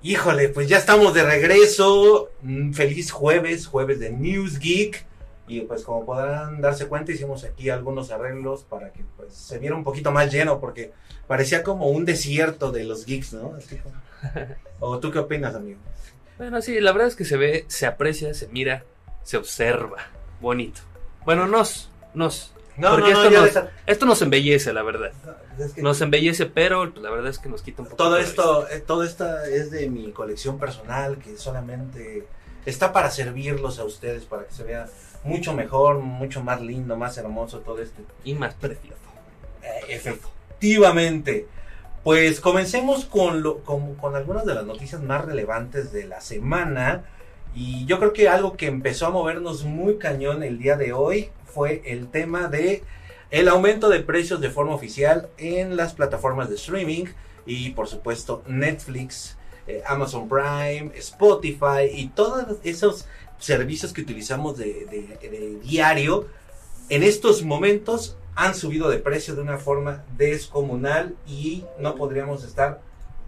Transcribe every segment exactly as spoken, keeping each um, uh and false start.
Híjole, pues ya estamos de regreso. Mm, Feliz jueves, jueves de News Geek. Y pues como podrán darse cuenta, hicimos aquí algunos arreglos para que pues se viera un poquito más lleno, porque parecía como un desierto de los geeks, ¿no? Así como... ¿O tú qué opinas, amigo? Bueno, sí, la verdad es que se ve, se aprecia, se mira, se observa. Bonito. Bueno, nos, nos. No, porque no, no, esto, ya nos, deja- esto nos embellece, la verdad. Es que Nos embellece, pero la verdad es que nos quita un poco. todo esto, eh, todo esto es de mi colección personal, que solamente está para servirlos a ustedes, para que se vea mucho mejor, mucho más lindo, más hermoso todo esto. Y más precioso. Eh, efectivamente. Pues comencemos con, lo, con, con algunas de las noticias más relevantes de la semana. Y yo creo que algo que empezó a movernos muy cañón el día de hoy fue el tema de el aumento de precios de forma oficial en las plataformas de streaming. Y por supuesto Netflix, eh, Amazon Prime, Spotify y todos esos servicios que utilizamos de, de, de diario. En estos momentos han subido de precio de una forma descomunal y no podríamos estar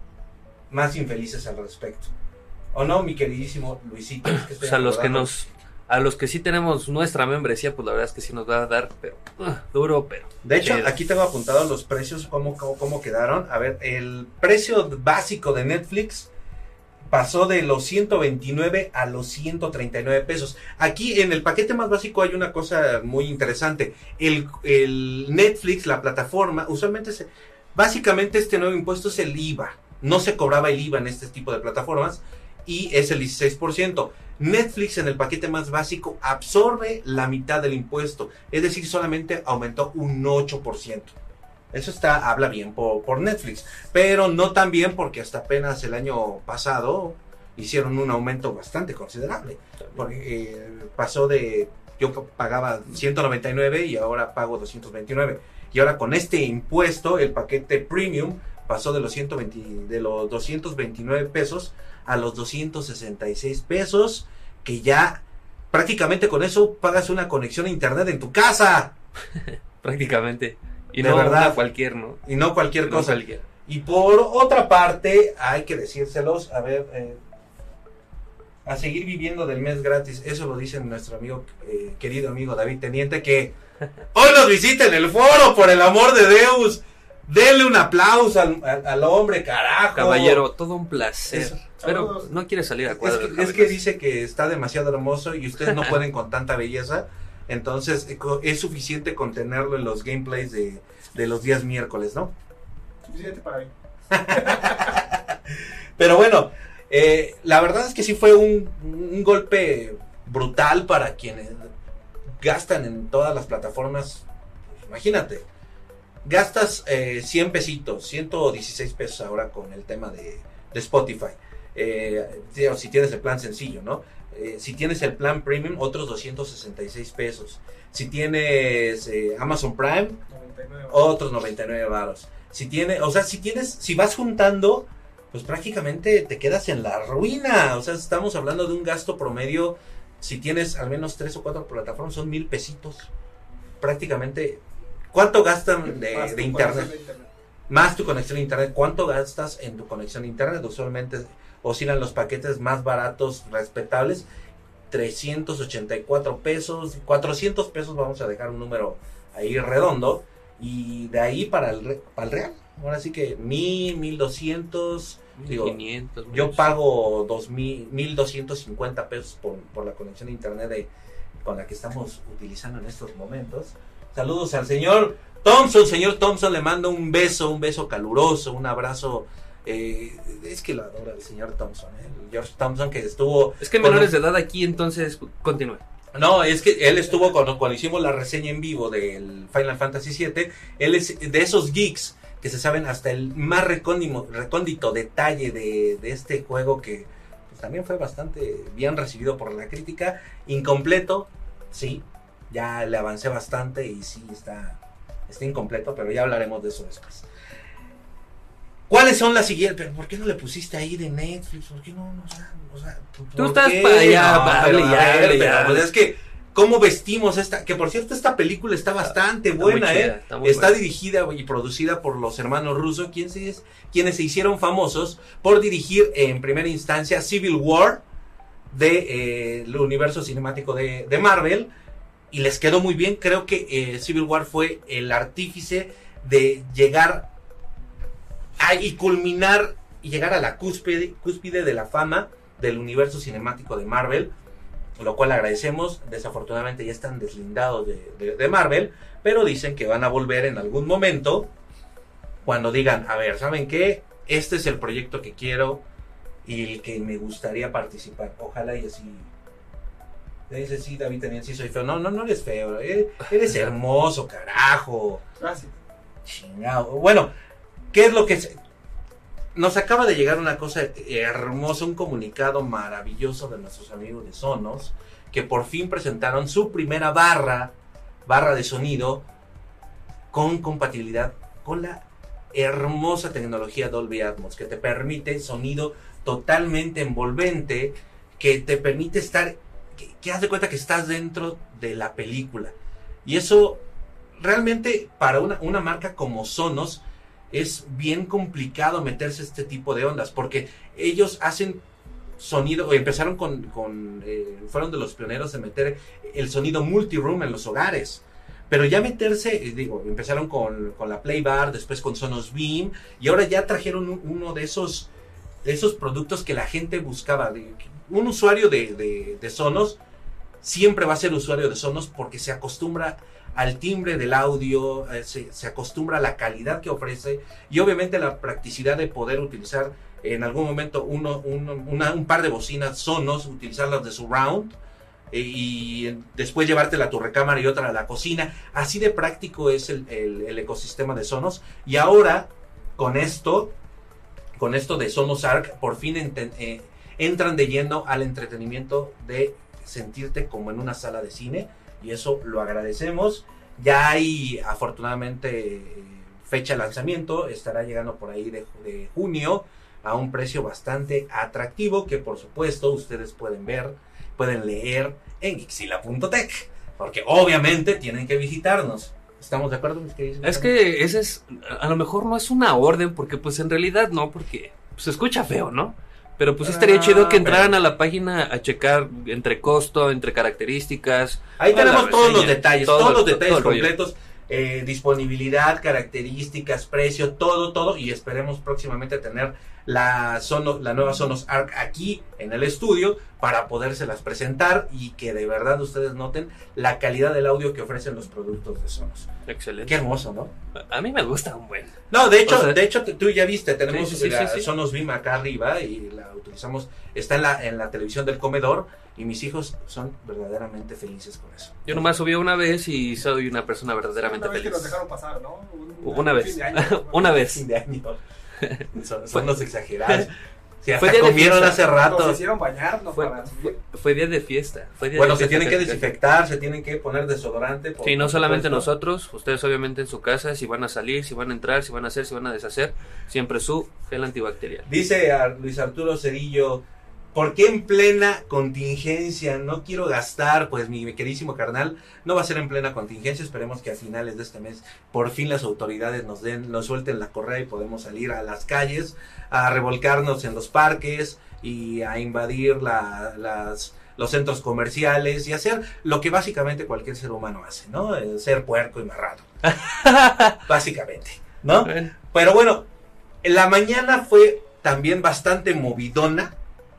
más infelices al respecto. ¿O no, mi queridísimo Luisito? Es que estoy Pues a los que acordando. nos, a los que sí tenemos nuestra membresía, pues la verdad es que sí nos va a dar, pero uh, duro, pero. De hecho, chido. aquí tengo apuntados los precios, cómo, cómo, cómo quedaron. A ver, el precio básico de Netflix pasó de los ciento veintinueve a los ciento treinta y nueve pesos. Aquí en el paquete más básico hay una cosa muy interesante. El, el Netflix, la plataforma, usualmente se, básicamente este nuevo impuesto es el I V A. No se cobraba el I V A en este tipo de plataformas y es el dieciséis por ciento. Netflix en el paquete más básico absorbe la mitad del impuesto, es decir, solamente aumentó un ocho por ciento. Eso está, habla bien por, por Netflix, pero no tan bien porque hasta apenas el año pasado hicieron un aumento bastante considerable. Porque eh, pasó de, yo pagaba ciento noventa y nueve y ahora pago doscientos veintinueve. Y ahora con este impuesto, el paquete premium pasó de los, ciento veinte, de los doscientos veintinueve pesos a los doscientos sesenta y seis pesos, que ya prácticamente con eso pagas una conexión a internet en tu casa. Prácticamente. Y De no verdad. una cualquier, ¿no? Y no cualquier No cosa. cualquier. Y por otra parte, hay que decírselos, a ver, eh, a seguir viviendo del mes gratis. Eso lo dice nuestro amigo, eh, querido amigo David Teniente, que hoy nos visita en el foro, por el amor de Deus. Denle un aplauso al, al, al hombre, carajo. Caballero, todo un placer. Eso. Pero Saludos. no quiere salir a Es cuadro. que, déjame es que ver. dice que está demasiado hermoso y ustedes no pueden con tanta belleza. Entonces eh, co- es suficiente con tenerlo en los gameplays de, de los días miércoles, ¿no? Suficiente para mí. Pero bueno, eh, la verdad es que sí fue un, un golpe brutal para quienes gastan en todas las plataformas. Imagínate, gastas eh, cien pesitos, ciento dieciséis pesos ahora con el tema de, de Spotify. Eh, digo, si tienes el plan sencillo, ¿no? Eh, si tienes el plan premium, otros doscientos sesenta y seis pesos. Si tienes eh, Amazon Prime, noventa y nueve. otros noventa y nueve varos. Si tiene, o sea, si tienes, si vas juntando, pues prácticamente te quedas en la ruina. O sea, estamos hablando de un gasto promedio. Si tienes al menos tres o cuatro plataformas, son mil pesitos. Prácticamente, ¿cuánto gastan de, Más de tu internet? conexión de internet. Más tu conexión a internet. ¿Cuánto gastas en tu conexión a internet? Usualmente oscilan los paquetes más baratos, respetables, trescientos ochenta y cuatro pesos, cuatrocientos pesos, vamos a dejar un número ahí redondo, y de ahí para el, re- para el real. Ahora sí que mil, mil doscientos, digo, mil quinientos. yo menos. pago dos mil, mil doscientos cincuenta pesos por, por la conexión a internet de, con la que estamos utilizando en estos momentos. Saludos al señor Thompson, señor Thompson, le mando un beso, un beso caluroso, un abrazo. Eh, es que lo adora el señor Thompson, ¿eh? El George Thompson, que estuvo. Es que con menores un- de edad aquí, entonces continúe. No, es que él estuvo cuando, cuando hicimos la reseña en vivo del Final Fantasy siete. Él es de esos geeks que se saben hasta el más recóndimo- recóndito detalle de, de este juego, que pues, también fue bastante bien recibido por la crítica. Incompleto, sí, ya le avancé bastante y sí está, está incompleto, pero ya hablaremos de eso después. ¿Cuáles son las siguientes? ¿Pero por qué no le pusiste ahí de Netflix? ¿Por qué no? no o sea, o sea, ¿por Tú estás qué? para allá, No, hable pero, y a ver, hable y pero, hable. pues, es que cómo vestimos esta, que por cierto esta película está bastante Está buena, muy chida, ¿eh? está muy Está buena. dirigida y producida por los hermanos Russo, quienes, se- quienes se hicieron famosos por dirigir en primera instancia Civil War de eh, el universo cinemático de, de Marvel, y les quedó muy bien. Creo que eh, Civil War fue el artífice de llegar a, y culminar y llegar a la cúspide, cúspide de la fama del universo cinemático de Marvel, lo cual agradecemos. Desafortunadamente ya están deslindados de, de, de Marvel, pero dicen que van a volver en algún momento cuando digan, a ver, ¿saben qué? Este es el proyecto que quiero y el que me gustaría participar. Ojalá y así. Dice, sí, David, también sí soy feo. No, no, no eres feo. Eres, eres hermoso, carajo. Gracias. Chingado. Bueno, ¿qué es lo que se... Nos acaba de llegar una cosa hermosa, un comunicado maravilloso de nuestros amigos de Sonos, que por fin presentaron su primera barra, barra de sonido, con compatibilidad con la hermosa tecnología Dolby Atmos, que te permite sonido totalmente envolvente, que te permite estar, que, que haz de cuenta que estás dentro de la película. Y eso, realmente, para una, una marca como Sonos, es bien complicado meterse a este tipo de ondas, porque ellos hacen sonido, empezaron con, con eh, fueron de los pioneros de meter el sonido multiroom en los hogares, pero ya meterse, eh, digo, empezaron con, con la Playbar, después con Sonos Beam, y ahora ya trajeron un, uno de esos, de esos productos que la gente buscaba. De, un usuario de, de, de Sonos siempre va a ser usuario de Sonos porque se acostumbra al timbre del audio, eh, se, se acostumbra a la calidad que ofrece, y obviamente la practicidad de poder utilizar en algún momento uno, uno, una, un par de bocinas Sonos, utilizarlas de surround, eh, y después llevártela a tu recámara y otra a la cocina. Así de práctico es el, el, el ecosistema de Sonos. Y ahora con esto, con esto de Sonos Arc, por fin enten, eh, entran de lleno al entretenimiento de sentirte como en una sala de cine, y eso lo agradecemos. Ya hay afortunadamente fecha de lanzamiento, estará llegando por ahí de, de junio a un precio bastante atractivo, que por supuesto ustedes pueden ver, pueden leer en Geekzilla punto tech, porque obviamente tienen que visitarnos. ¿Estamos de acuerdo, mis queridos? Es que ese es, a lo mejor no es una orden, porque pues en realidad no, porque se escucha feo, ¿no? Pero pues estaría Ah, chido que entraran pero- a la página a checar entre costo, entre características. Ahí toda tenemos la todos reseña, los detalles, todo todos el- los todo detalles el rollo. completos, eh, disponibilidad, características, precio, todo, todo, y esperemos próximamente tener la, Sonos, la nueva Sonos Arc aquí en el estudio para podérselas presentar y que de verdad ustedes noten la calidad del audio que ofrecen los productos de Sonos. Excelente. Qué hermoso, ¿no? A mí me gusta un buen. No, de hecho, O sea, de hecho tú ya viste, tenemos sí, sí, sí, la sí, sí. Sonos Beam acá arriba y la utilizamos, está en la, en la televisión del comedor, y mis hijos son verdaderamente felices con eso. Yo nomás subí una vez y soy una persona verdaderamente Una vez que feliz. nos dejaron pasar, ¿no? Un- Una un vez. fin de año. Una vez. Fin de año. Son, son Fue- los exagerados. Si Fue hasta día de comieron fiesta. hace rato. Nos hicieron bañarnos Fue, para fue, subir. fue día de fiesta. Fue día Bueno, de se fiesta tienen que casi, casi. desinfectar, se tienen que poner desodorante. por- Sí, no por solamente supuesto. nosotros, ustedes obviamente en su casa, si van a salir, si van a entrar, si van a hacer, si van a deshacer, siempre su gel antibacterial. Dice a Luis Arturo Cedillo, ¿por qué en plena contingencia? No quiero gastar. Pues mi queridísimo carnal, no va a ser en plena contingencia. Esperemos que a finales de este mes por fin las autoridades nos den, nos suelten la correa y podemos salir a las calles, a revolcarnos en los parques y a invadir la, las, los centros comerciales y hacer lo que básicamente cualquier ser humano hace, ¿no? Eh, Ser puerco y marrado. Básicamente, ¿no? Bueno, Pero bueno, la mañana fue también bastante movidona,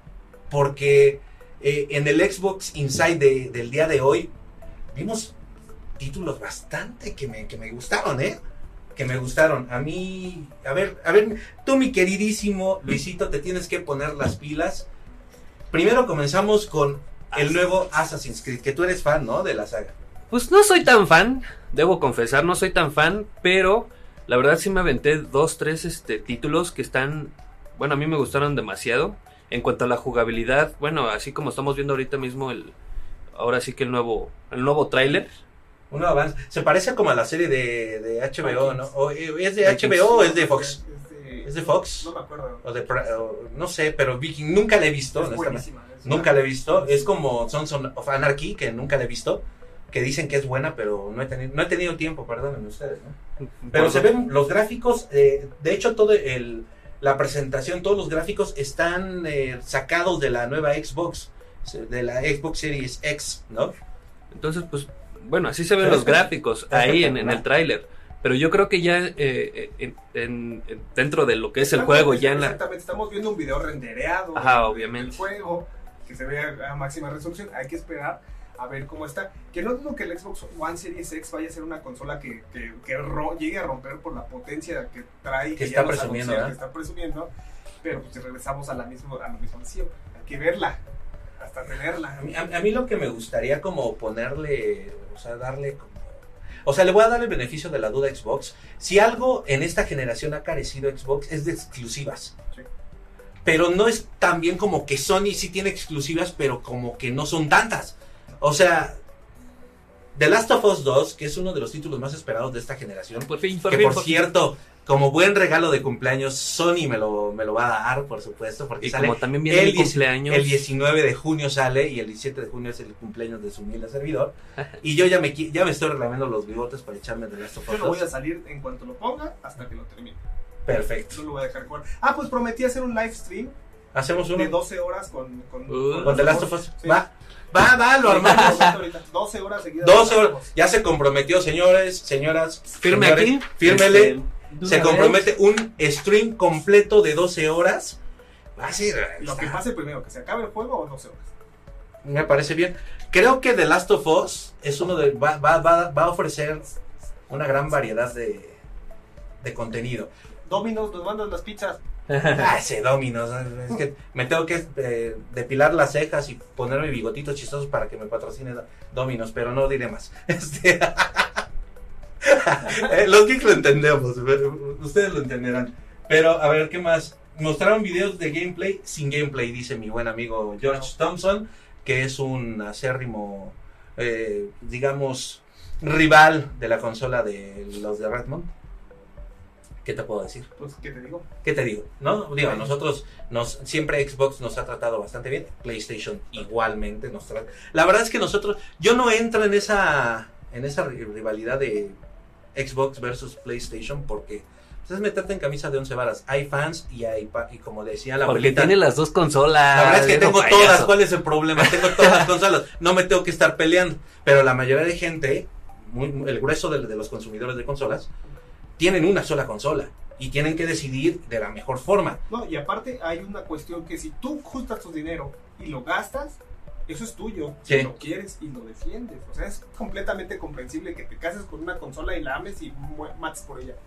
porque eh, en el Xbox Inside de- del día de hoy vimos títulos bastante que me, que me gustaron, ¿eh? Que me gustaron. A mí, a ver, a ver, tú mi queridísimo Luisito, te tienes que poner las pilas. Primero comenzamos con el nuevo Assassin's Creed, que tú eres fan, ¿no? De la saga. pues no soy tan fan, debo confesar, no soy tan fan, pero la verdad sí me aventé dos, tres este, títulos que están, bueno, a mí me gustaron demasiado. En cuanto a la jugabilidad, bueno, así como estamos viendo ahorita mismo el, ahora sí que el nuevo, el nuevo tráiler. Un nuevo avance. Se parece como a la serie de, de H B O, ¿no? O, eh, ¿Es de Vikings. H B O o es de Fox? Es de- ¿Es de Fox? No me acuerdo. O de, Pra- o no sé, pero Viking nunca la he visto, Es honestamente. buenísima. Nunca la he visto. Es como Sons of Anarchy, que nunca la he visto. Que dicen que es buena, pero no he tenido, no he tenido tiempo, perdónenme ustedes, ¿no? Pero se ven los gráficos, eh, de hecho todo el, la presentación, todos los gráficos están eh, sacados de la nueva Xbox, de la Xbox Series X, ¿no? Entonces, pues, bueno, así se ven los gráficos ahí en, en el tráiler. Pero yo creo que ya eh, en, en, en, dentro de lo que es el ah, juego, pues, ya en la... Exactamente, estamos viendo un video rendereado. Ajá, del, obviamente. del juego, que se ve a, a máxima resolución. Hay que esperar a ver cómo está. Que no dudo que el Xbox One Series X vaya a ser una consola que, que, que ro- llegue a romper por la potencia que trae, que, que está ya nos presumiendo, anuncia, ¿eh? que está presumiendo. Pero pues regresamos a, la mismo, a lo mismo de siempre. Hay que verla, hasta tenerla. A mí, a, a mí lo que me gustaría como ponerle, o sea, darle como... O sea, le voy a dar el beneficio de la duda a Xbox. Si algo en esta generación ha carecido Xbox es de exclusivas. Sí. Pero no es tan bien como que Sony sí tiene exclusivas, pero como que no son tantas. O sea, The Last of Us dos, que es uno de los títulos más esperados de esta generación, Por fin, por que fin, por por cierto, como buen regalo de cumpleaños, Sony me lo, me lo va a dar, por supuesto, porque Y sale como también viene el mi dieci- cumpleaños. el diecinueve de junio sale y el diecisiete de junio es el cumpleaños de su humilde servidor. Y yo ya me qui- ya me estoy reclamando los bigotes para echarme The Last of Yo Us lo voy a dos. salir en cuanto lo ponga hasta que lo termine. Perfecto. No lo voy a dejar jugar. Ah, pues prometí hacer un live stream Hacemos uno de doce horas con, con, Uh, con The Last of Us. Sí. Va, va, va, lo armamos. doce horas seguidas. doce de horas. Last of Us. Ya se comprometió, señores, señoras. Firme señores, aquí. Fírmele. Este, de Se una compromete un stream completo de doce horas. Va a ser, Lo que pase primero, que se acabe el juego o doce horas. me parece bien. Creo que The Last of Us es uno de va, va, va, va a ofrecer una gran variedad de, de contenido. Dominos, nos mandan las pizzas. Ah, ese Dominos. Es que me tengo que eh, depilar las cejas y ponerme bigotitos chistosos para que me patrocine Dominos, pero no diré más. Este, eh, los geeks lo entendemos, ustedes lo entenderán. Pero a ver, ¿qué más? Mostraron videos de gameplay sin gameplay, dice mi buen amigo George Thompson, que es un acérrimo, eh, digamos, rival de la consola de los de Redmond. ¿Qué te puedo decir? Pues, ¿qué te digo? ¿Qué te digo? ¿No? Digo, a nosotros nos, siempre Xbox nos ha tratado bastante bien, PlayStation igualmente nos trata. La verdad es que nosotros, yo no entro en esa, en esa rivalidad de Xbox versus PlayStation porque pues, es meterte en camisa de once varas. Hay fans y hay, pa- y como decía la Porque abuelita, tiene las dos consolas. la verdad es que viejo tengo payaso. todas. ¿Cuál es el problema? Tengo todas las consolas. No me tengo que estar peleando. Pero la mayoría de gente, muy, muy- el grueso de, de los consumidores de consolas, tienen una sola consola. Y tienen que decidir de la mejor forma. No, y aparte hay una cuestión que si tú juntas tu dinero y lo gastas, eso es tuyo. Sí. Si lo quieres y lo defiendes. O sea, es completamente comprensible que te cases con una consola y la ames y mu- mates por ella.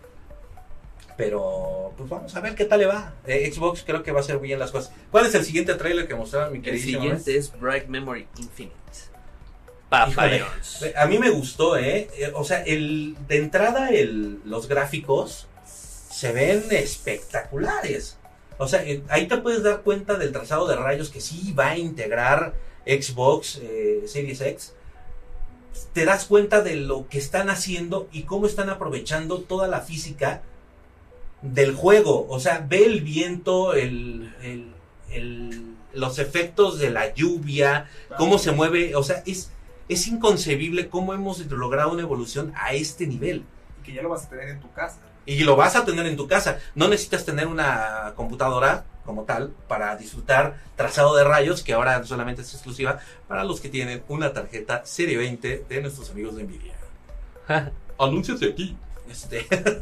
Pero, pues vamos a ver qué tal le va. Eh, Xbox creo que va a hacer bien las cosas. ¿Cuál es el siguiente trailer que mostraron, mi El queridísimo? siguiente es Bright Memory Infinite. Híjole, Papayons. a mí me gustó, ¿eh? Eh, O sea, el, de entrada el, los gráficos se ven espectaculares. O sea, eh, ahí te puedes dar cuenta del trazado de rayos que sí va a integrar Xbox eh, Series X. Te das cuenta de lo que están haciendo y cómo están aprovechando toda la física del juego. O sea, ve el viento, el, el, el- los efectos de la lluvia, cómo se mueve. O sea, es, es inconcebible cómo hemos logrado una evolución a este nivel. Y que ya lo vas a tener en tu casa. Y lo vas a tener en tu casa. No necesitas tener una computadora como tal para disfrutar trazado de rayos, que ahora solamente es exclusiva para los que tienen una tarjeta Serie veinte de nuestros amigos de Nvidia. Anúnciate aquí. Este.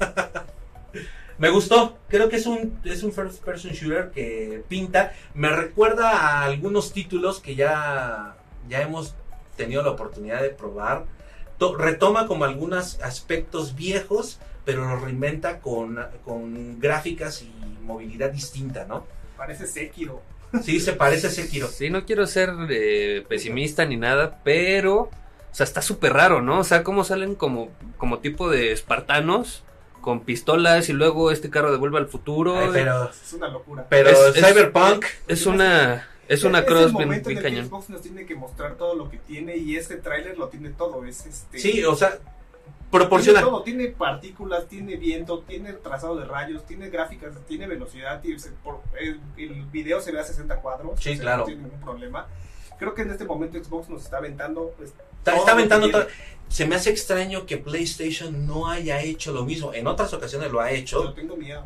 Me gustó. Creo que es un, es un first person shooter que pinta. Me recuerda a algunos títulos que ya, ya hemos tenido la oportunidad de probar. To- retoma como algunos aspectos viejos, pero los reinventa con, con gráficas y movilidad distinta, ¿no? Parece Sekiro. Sí, se parece a Sekiro. Sí, no quiero ser eh, pesimista ni nada, pero, o sea, está súper raro, ¿no? O sea, cómo salen como, como tipo de espartanos con pistolas y luego este carro de Vuelve al Futuro. Ay, pero Es una locura. pero Es- es- Cyberpunk, Es una, es una el cross bien, momento bien en el que cañón. Xbox nos tiene que mostrar todo lo que tiene y este tráiler lo tiene todo. Es este. sí, o sea, proporciona. Tiene todo, tiene partículas, tiene viento, tiene trazado de rayos, tiene gráficas, tiene velocidad, tiene, por, el, el video se ve a sesenta cuadros, sí, o sea, claro. no tiene ningún problema. Creo que en este momento Xbox nos está aventando. Pues, está, está aventando todo. Se me hace extraño que PlayStation no haya hecho lo mismo. En otras ocasiones lo ha hecho. Yo tengo miedo.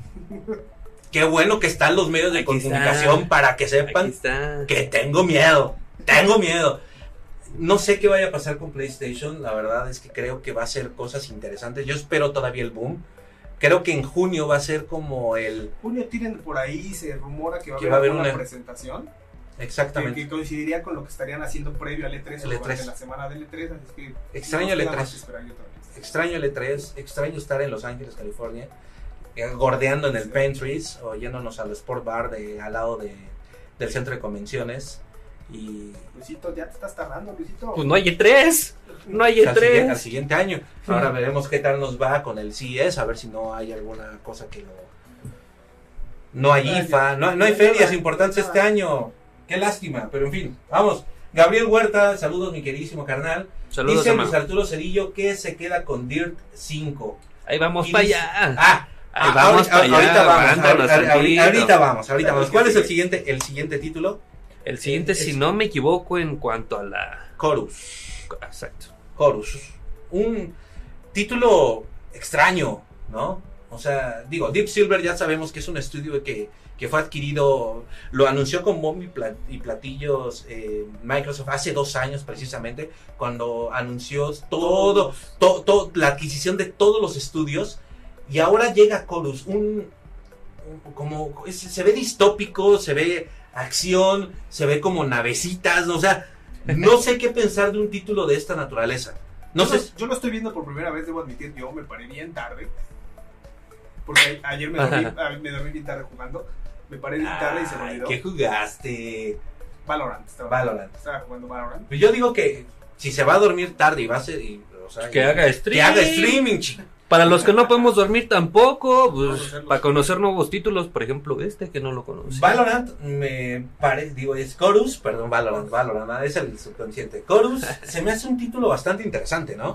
Qué bueno que están los medios de Aquí comunicación está. para que sepan Aquí está. que tengo miedo. Tengo miedo. No sé qué vaya a pasar con PlayStation. La verdad es que creo que va a ser cosas interesantes. Yo espero todavía el boom. Creo que en junio va a ser como el... Junio tienen por ahí, se rumora que va a Que haber, va a haber una, una- presentación. Exactamente. Que, que coincidiría con lo que estarían haciendo previo al E tres, El o E tres. durante la semana del E tres, así que Extraño no el nos E queda tres. más que esperar otra vez. Extraño el E tres. Extraño estar en Los Ángeles, California. eh, Gordeando en el Sí. Pentries o yéndonos al Sport Bar de, al lado de, del centro de convenciones. Y Luisito, ya te estás tardando, Luisito. Pues no hay E tres. No hay al, siguiente, al E tres. siguiente año. Ahora veremos qué tal nos va con el C E S, a ver si no hay alguna cosa que lo... No hay Ah, I F A, ya. no, no hay Ya ferias nada, importantes nada. este año. Qué lástima, pero en fin, vamos. Gabriel Huerta, saludos mi queridísimo carnal. Saludos, Dice hermano. Luis Arturo Cerillo que se queda con Dirt cinco. Ahí vamos Y para dice- allá. Ah, Ahí ah, vamos ahorita, para allá. ahorita vamos, aguántanos ahorita, ahorita, tantito. ahorita vamos, ahorita vamos. ¿Cuál es el Sí. siguiente, el siguiente título? El siguiente, Es- si no me equivoco, en cuanto a la... Chorus. Exacto. Chorus. Un título extraño, ¿no? O sea, digo, Deep Silver ya sabemos que es un estudio que, que fue adquirido, lo anunció con bombo y, plat- y platillos eh, Microsoft hace dos años precisamente, cuando anunció todo, to- to- la adquisición de todos los estudios, y ahora llega Chorus, un, un- como, es- se ve distópico, se ve acción, se ve como navecitas, o sea, no sé qué pensar de un título de esta naturaleza. No yo, sé, lo, yo lo estoy viendo por primera vez, debo admitir, yo me paré bien tarde. Porque a- ayer me dormí, a- me dormí bien tarde jugando. Me paré bien tarde y se me Ay, olvidó. ¿qué jugaste? Valorant. Estaba, Valorant. Estaba jugando Valorant. Pues yo digo que si se va a dormir tarde y va a ser... y, o sea, Que y- haga stream. Que haga streaming, chico. Para los que no podemos dormir tampoco, Vamos a pues hacerlo. para conocer nuevos títulos, por ejemplo, este que no lo conoce. Valorant me parece, digo, es Chorus, perdón, Valorant, Valorant, ah, es el subconsciente. Chorus se me hace un título bastante interesante, ¿no?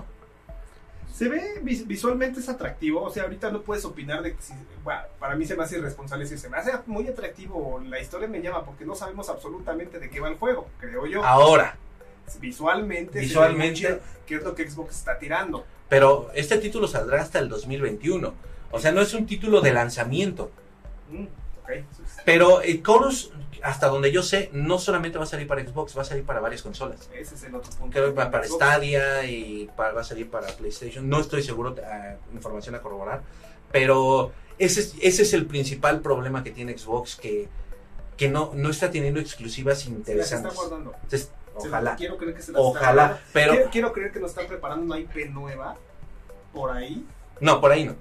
Se ve vis- visualmente es atractivo, o sea, ahorita no puedes opinar de que si, bueno, para mí se me hace irresponsable decir, se me hace muy atractivo, la historia me llama porque no sabemos absolutamente de qué va el juego, creo yo. Ahora, Visualmente, Visualmente. se ve muy chido, que es lo que Xbox está tirando. pero este título saldrá hasta el dos mil veintiuno. O sea, no es un título de lanzamiento. Mm, ok, eso es- Pero el Chorus, hasta donde yo sé, no solamente va a salir para Xbox, va a salir para varias consolas. ese es el otro punto. Creo que va para Xbox. Stadia y para- va a salir para PlayStation. No estoy seguro, eh, información a corroborar. Pero ese es, ese es el principal problema que tiene Xbox, que, que no, no está teniendo exclusivas Se las está interesantes. guardando. Entonces, Se ojalá, las- quiero creer que se las está ojalá. guardando. Pero Quiero, quiero creer que nos están preparando una I P nueva por ahí. no, por ahí no.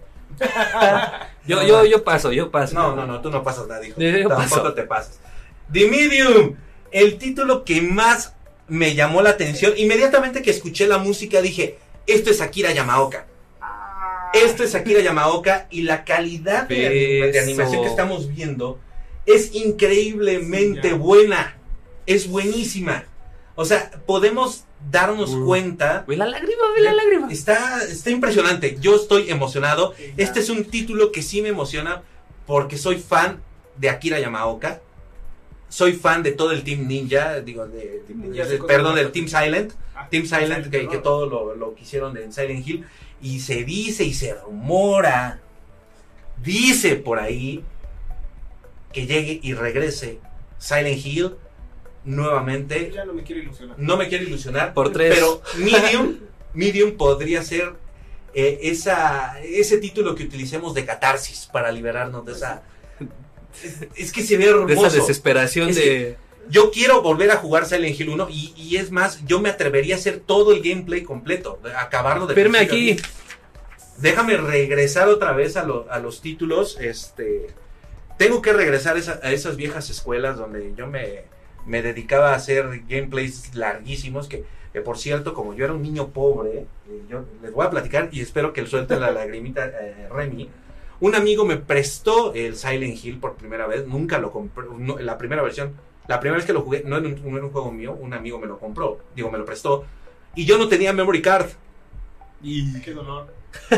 Yo, yo, yo paso, yo paso. No, no, no, tú no pasas nada, hijo. Yo Tampoco paso. te pasas. The Medium, el título que más me llamó la atención. Inmediatamente que escuché la música dije, esto es Akira Yamaoka. Ah, Esto es Akira Yamaoka y la calidad de, anim- de animación que estamos viendo es increíblemente Sí, ya. buena. Es buenísima. O sea, podemos darnos Mm. cuenta. Ve la lágrima, ve la lágrima. Está, está impresionante. Yo estoy emocionado. Sí, ya. Este es un título que sí me emociona porque soy fan de Akira Yamaoka. Soy fan de todo el Team Ninja, digo, de, Team Ninja, de- sí, con- perdón, del Team Silent. Ah, Team Silent, que, ¿no? que todo lo, lo que hicieron en Silent Hill. Y se dice y se rumora, dice por ahí, que llegue y regrese Silent Hill nuevamente. Ya no me quiero ilusionar. No me quiero ilusionar, Por tres. pero Medium, Medium podría ser eh, esa, ese título que utilicemos de catarsis para liberarnos de esa... Es, es que se ve De hermoso. esa desesperación Es de... Yo quiero volver a jugar Silent Hill uno y, y es más, yo me atrevería a hacer todo el gameplay completo, de- acabarlo de Firme principio a aquí. fin. Déjame regresar otra vez a, lo- a los títulos. Este, tengo que regresar esa- a esas viejas escuelas donde yo me, me dedicaba a hacer gameplays larguísimos. Que, que por cierto, como yo era un niño pobre, eh, yo les voy a platicar y espero que le suelte la lagrimita eh, Remy. Un amigo me prestó el Silent Hill por primera vez, nunca lo compré, no, la primera versión. La primera vez que lo jugué, no era, un, no era un juego mío, un amigo me lo compró, digo, me lo prestó, y yo no tenía memory card. Y Qué dolor.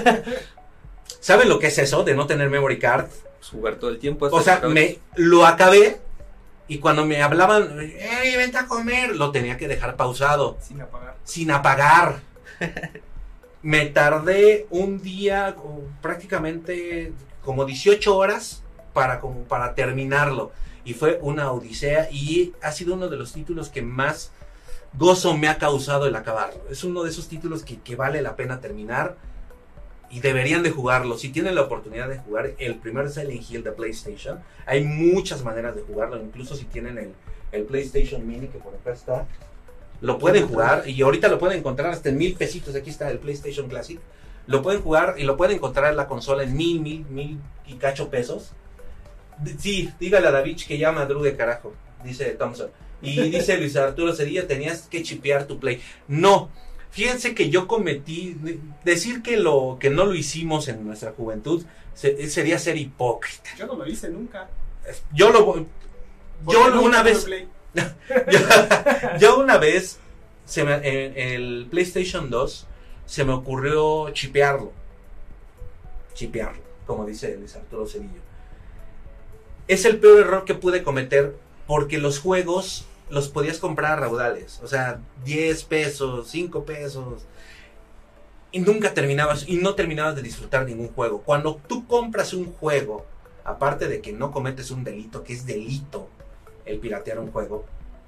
¿Saben lo que es eso de no tener memory card? pues, jugar todo el tiempo. hasta O que sea, acabes. me lo acabé y cuando me hablaban, ¡ey, vente a comer! Lo tenía que dejar pausado, Sin apagar. sin apagar. Me tardé un día, o prácticamente como dieciocho horas para, como para terminarlo. Y fue una odisea y ha sido uno de los títulos que más gozo me ha causado el acabarlo. Es uno de esos títulos que, que vale la pena terminar y deberían de jugarlo. Si tienen la oportunidad de jugar el primer Silent Hill de PlayStation, hay muchas maneras de jugarlo, incluso si tienen el, el PlayStation Mini, que por acá está, lo pueden jugar y ahorita lo pueden encontrar hasta en mil pesitos. Aquí está el PlayStation Classic. Lo pueden jugar y lo pueden encontrar en la consola en mil, mil, mil y cacho pesos. D- Sí, dígale a David que ya madrugue, carajo, dice Thompson. Y dice Luis Arturo Cedilla, tenías que chipear tu Play. No, fíjense que yo cometí, decir que lo que no lo hicimos en nuestra juventud se- sería ser hipócrita. Yo no lo hice nunca. Yo lo yo Porque nunca una tuve vez Play. yo, yo una vez se me, en el PlayStation dos se me ocurrió chipearlo. Chipearlo, como dice Luis Arturo Cedillo. Es el peor error que pude cometer porque los juegos los podías comprar a raudales. O sea, diez pesos, cinco pesos. Y nunca terminabas, y no terminabas de disfrutar ningún juego. Cuando tú compras un juego, aparte de que no cometes un delito, que es delito el piratear un juego,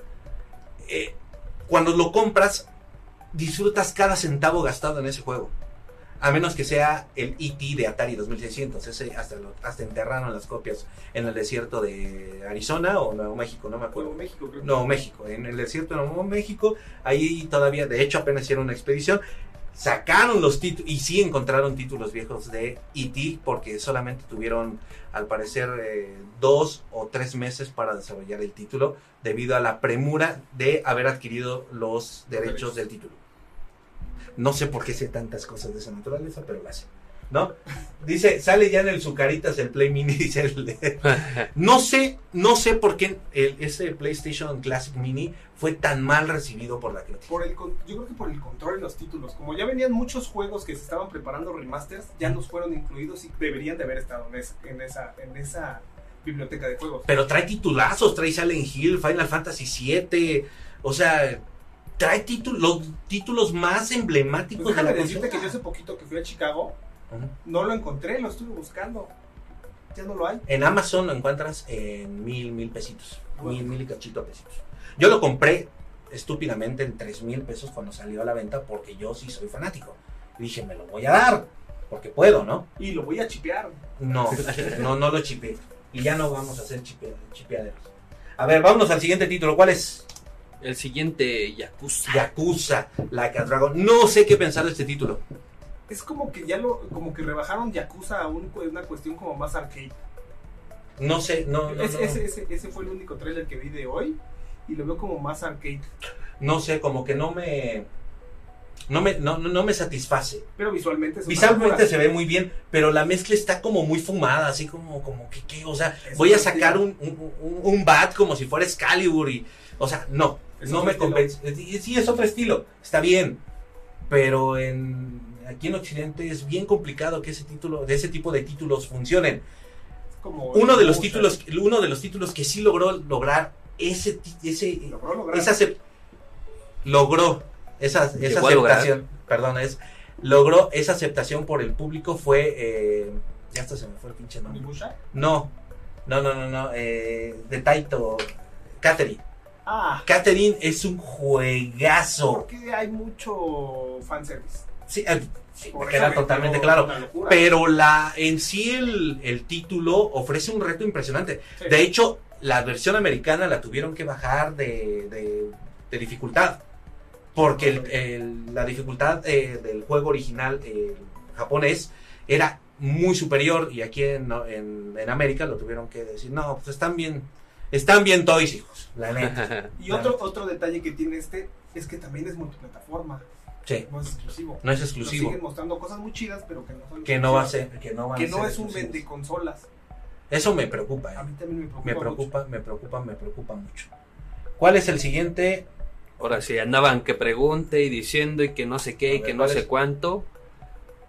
eh, cuando lo compras, disfrutas cada centavo gastado en ese juego. A menos que sea el E T de Atari dos mil seiscientos. Ese hasta, lo, hasta enterraron las copias en el desierto de Arizona o Nuevo México, no me acuerdo. Nuevo México, creo que. Nuevo México, en el desierto de Nuevo México. Ahí todavía, de hecho, apenas hicieron una expedición. Sacaron los títulos y sí encontraron títulos viejos de E T porque solamente tuvieron, al parecer, eh, dos o tres meses para desarrollar el título debido a la premura de haber adquirido los derechos del título. No sé por qué sé tantas cosas de esa naturaleza, pero las sé, ¿no? Dice, sale ya en el Zucaritas el Play Mini, dice el, no sé, no sé por qué el, ese PlayStation Classic Mini fue tan mal recibido por la crítica. Por el, con- yo creo que por el control de los títulos. Como ya venían muchos juegos que se estaban preparando remasters, ya nos fueron incluidos y deberían de haber estado en esa, en esa, en esa biblioteca de juegos. Pero trae titulazos, trae Silent Hill, Final Fantasy siete, o sea, trae títulos, los títulos más emblemáticos Pues de la déjame decirte consola. que yo hace poquito que fui a Chicago, Ujú. no lo encontré, lo estuve buscando. Ya no lo hay. En Amazon lo encuentras en mil, mil pesitos, mil, mil y cachito pesitos. Yo lo compré estúpidamente en tres mil pesos cuando salió a la venta porque yo sí soy fanático. Y dije, me lo voy a dar, porque puedo, ¿no? Y lo voy a chipear. No, no, no lo chipeé. Y ya no vamos a hacer chipe- chipeaderos. A ver, vámonos al siguiente título. ¿Cuál es? El siguiente, Yakuza. Yakuza, Like a Dragon. No sé qué pensar de este título. Es como que ya lo, como que rebajaron Yakuza a un- una cuestión como más arcade. No sé, no, no, Es- no. Ese, ese, ese fue el único trailer que vi de hoy y lo veo como más arcade. No sé, como que no me... No me, no, no- no me satisface. Pero visualmente es una Visualmente locura. se ve muy bien, pero la mezcla está como muy fumada, así como, como que, ¿qué? O sea, Es voy a otro sacar estilo. un, un, un, un bat como si fuera Excalibur y... O sea, no, Es no otro me estilo. convence. Sí, sí, es otro estilo, está bien, pero en, aquí en Occidente es bien complicado que ese título, de ese tipo de títulos funcionen. Es como Uno de los Yakuza. títulos, uno de los títulos que sí logró lograr ese, ti- ese, Logró lograr. esa acep- logró esa, esa Llegó a lograr. aceptación, perdón, es logró esa aceptación por el público fue eh, ya hasta se me fue el pinche nombre. ¿Onimusha? No, no, no, no, no, eh, de Taito, Catherine. Ah, Catherine es un juegazo. porque hay mucho fanservice. Sí, eh, sí, me Por queda eso me totalmente quedó claro. una locura. Pero la en sí el, el título ofrece un reto impresionante. Sí. De hecho, la versión americana la tuvieron que bajar de, de, de dificultad. Porque el- el- la dificultad eh, del juego original eh, japonés era muy superior. Y aquí en, en, en América lo tuvieron que decir, no, pues están bien, están bien toys, hijos, la neta. Y La otro, neta. otro detalle que tiene este es que también es multiplataforma, Sí, no es exclusivo. no es Nos exclusivo. siguen mostrando cosas muy chidas, pero que no son Que no va a exclusivas. ser, que no van Que a no ser es un exclusivos. vende consolas. Eso me preocupa, eh. A mí también me preocupa. Me mucho. preocupa, me preocupa, me preocupa mucho. ¿Cuál es el siguiente? Ahora sí, andaban que pregunte y diciendo y que no sé A qué y ver, que no ¿cuál sé es? cuánto.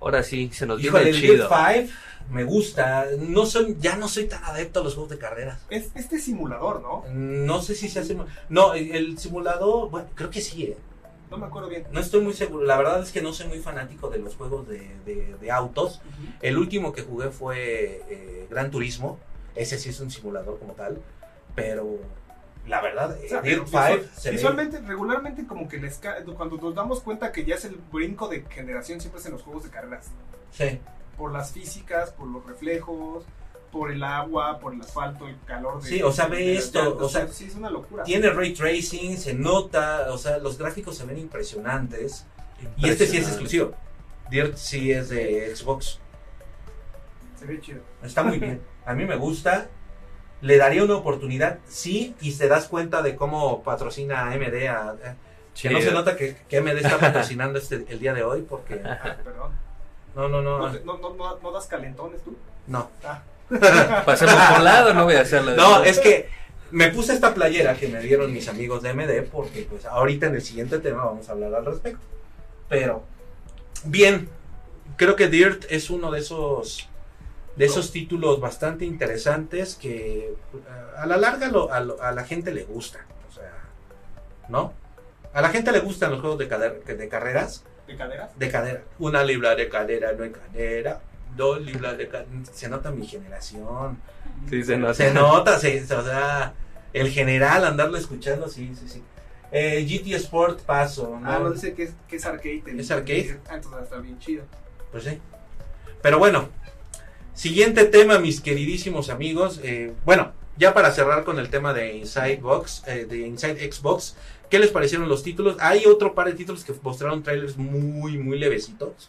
Ahora sí, se nos Híjole, viene el chido. Dirt cinco me gusta. No soy, ya no soy tan adepto a los juegos de carreras. Es este simulador, ¿no? No sé si se hace. No, el, el simulador, bueno, creo que sí, eh. No me acuerdo bien. No estoy muy seguro. La verdad es que no soy muy fanático de los juegos de, de, de autos. Uh-huh. El último que jugué fue eh, Gran Turismo. Ese sí es un simulador como tal. Pero la verdad, O sea, Dirt visual, cinco se visualmente, ve... regularmente como que les ca... cuando nos damos cuenta que ya es el brinco de generación siempre es en los juegos de carreras. Sí. Por las físicas, por los reflejos, por el agua, por el asfalto, el calor de... Sí, o sea, ve de esto, llantas, o sea, sí, es una locura. Tiene ray tracing, se nota, o sea, los gráficos se ven impresionantes. Y este sí es exclusivo. Dirt sí es de Xbox. Se ve chido. Está muy bien. A mí me gusta. Le daría una oportunidad, sí, y te das cuenta de cómo patrocina A M D. A, a, que no se nota que, que A M D está patrocinando este, el día de hoy, porque... Ah, perdón. No, no, no. ¿No, te, no, no, no, ¿No das calentones tú? No. Ah. Pasemos por lado, no voy a hacerlo. No, es que me puse esta playera que me dieron mis amigos de A M D, porque pues ahorita en el siguiente tema vamos a hablar al respecto. Pero, bien, creo que Dirt es uno de esos... de esos títulos bastante interesantes que a la larga lo, a, lo, a la gente le gusta, o sea, ¿no? A la gente le gustan los juegos de, cader, de carreras. ¿De caderas? De cadera. Una libra de cadera, no hay cadera. Dos libras de cadera. Se nota mi generación. Sí, se nota. Se nota, se, o sea, el general andarlo escuchando, sí, sí, sí. Eh, G T Sport paso, ¿no? Ah, no dice que es, que es arcade. ¿Es arcade? Ah, entonces está bien chido. Pues sí. Pero bueno, siguiente tema, mis queridísimos amigos. Eh, bueno, ya para cerrar con el tema de Inside Box, eh, de Inside Xbox, ¿qué les parecieron los títulos? Hay otro par de títulos que mostraron trailers muy, muy levecitos.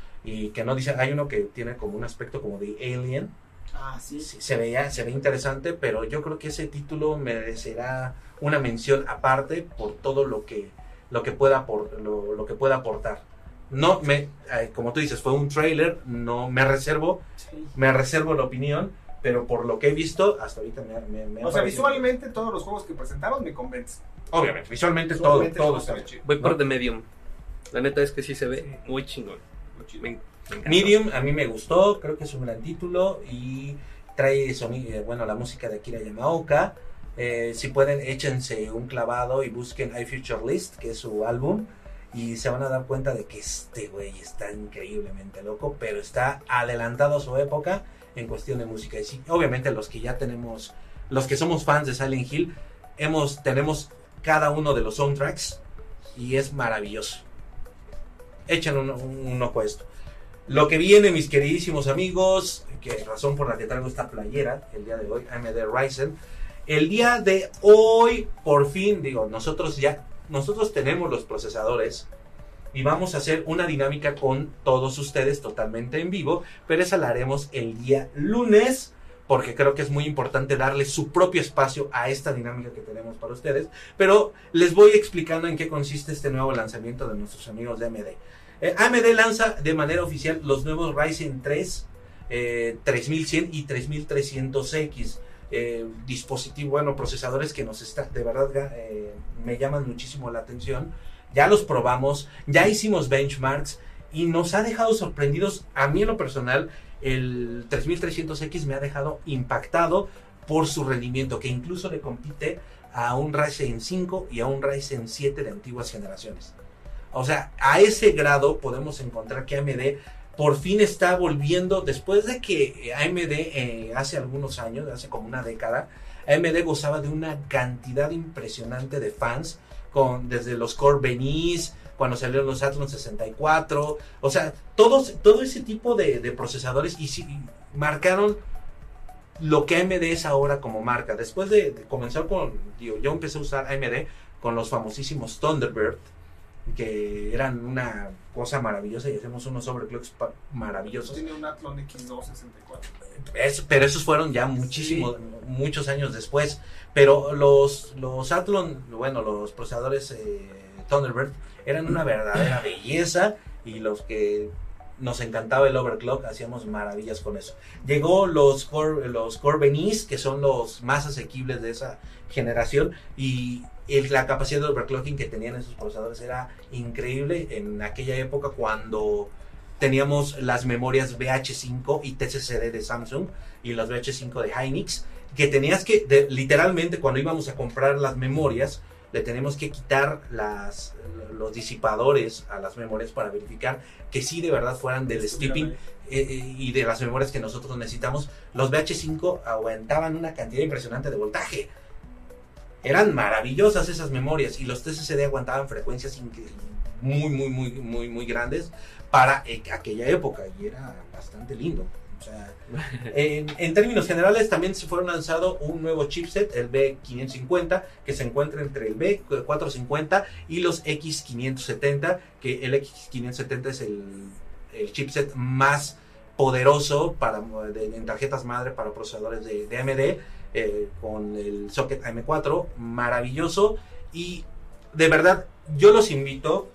Y que no dice, hay uno que tiene como un aspecto como de Alien. Ah, sí. Sí, se veía, se ve interesante, pero yo creo que ese título merecerá una mención aparte por todo lo que, lo que pueda por, lo, lo que pueda aportar. No me, eh, como tú dices, fue un trailer, no me reservo, Sí. me reservo la opinión, pero por lo que he visto hasta ahorita me, me, me ha O sea, parecido- visualmente todos los juegos que presentaron me convencen. obviamente, visualmente, Visualmente todo, todo todo se está ve chido. Voy por ¿no? The Medium. La neta es que sí se ve Sí. muy chingón. Muy chido. Me, me encantó. Medium a mí me gustó, creo que es un gran título y trae sonido, bueno, la música de Akira Yamaoka. Eh, si pueden, échense un clavado y busquen I Future List, que es su álbum, y se van a dar cuenta de que este güey está increíblemente loco, pero está adelantado a su época en cuestión de música. Y sí, obviamente los que ya tenemos, los que somos fans de Silent Hill, hemos, tenemos cada uno de los soundtracks y es maravilloso. Echen un, un, un ojo a esto. Lo que viene, mis queridísimos amigos, que razón por la que traigo esta playera el día de hoy, A M D Ryzen. El día de hoy, por fin, digo, nosotros ya, nosotros tenemos los procesadores y vamos a hacer una dinámica con todos ustedes totalmente en vivo, pero esa la haremos el día lunes, porque creo que es muy importante darle su propio espacio a esta dinámica que tenemos para ustedes, pero les voy explicando en qué consiste este nuevo lanzamiento de nuestros amigos de A M D. Eh, A M D lanza de manera oficial los nuevos Ryzen tres eh, tres mil cien y tres mil trescientos X. Eh, dispositivos, bueno, procesadores que nos está, de verdad eh, me llaman muchísimo la atención. Ya los probamos, ya hicimos benchmarks y nos ha dejado sorprendidos. A mí en lo personal, el tres mil trescientos X me ha dejado impactado por su rendimiento, que incluso le compite a un Ryzen cinco y a un Ryzen siete de antiguas generaciones. O sea, a ese grado podemos encontrar que A M D por fin está volviendo, después de que A M D eh, hace algunos años, hace como una década, A M D gozaba de una cantidad impresionante de fans, con, desde los Core Venice, cuando salieron los Athlon sesenta y cuatro, o sea, todos, todo ese tipo de, de procesadores y, y marcaron lo que A M D es ahora como marca. Después de, de comenzar con, digo, yo empecé a usar A M D con los famosísimos Thunderbird, que eran una cosa maravillosa y hacemos unos overclocks maravillosos. Tiene un Athlon X dos sesenta y cuatro. Es, pero esos fueron ya muchísimos, sí. muchos años después. Pero los, los Athlon, bueno, los procesadores eh, Thunderbird eran una verdadera belleza y los que nos encantaba el overclock hacíamos maravillas con eso. Llegó los Core, los Core Venice, que son los más asequibles de esa generación, y el, la capacidad de overclocking que tenían esos procesadores era increíble en aquella época cuando teníamos las memorias V H cinco y T C C D de Samsung y las V H cinco de Hynix, que tenías que, de, literalmente cuando íbamos a comprar las memorias, le tenemos que quitar las, los disipadores a las memorias para verificar que sí de verdad fueran del steeping eh, y de las memorias que nosotros necesitamos. Los V H cinco aguantaban una cantidad impresionante de voltaje. Eran maravillosas esas memorias y los T C C D aguantaban frecuencias muy, muy, muy, muy, muy grandes para eh, aquella época y era bastante lindo. O sea, en, en términos generales también se fueron lanzado un nuevo chipset, el B quinientos cincuenta, que se encuentra entre el B cuatrocientos cincuenta y los X quinientos setenta, que el X quinientos setenta es el, el chipset más poderoso para, de, en tarjetas madre para procesadores de, de A M D, eh, con el socket A M cuatro, maravilloso. Y de verdad, yo los invito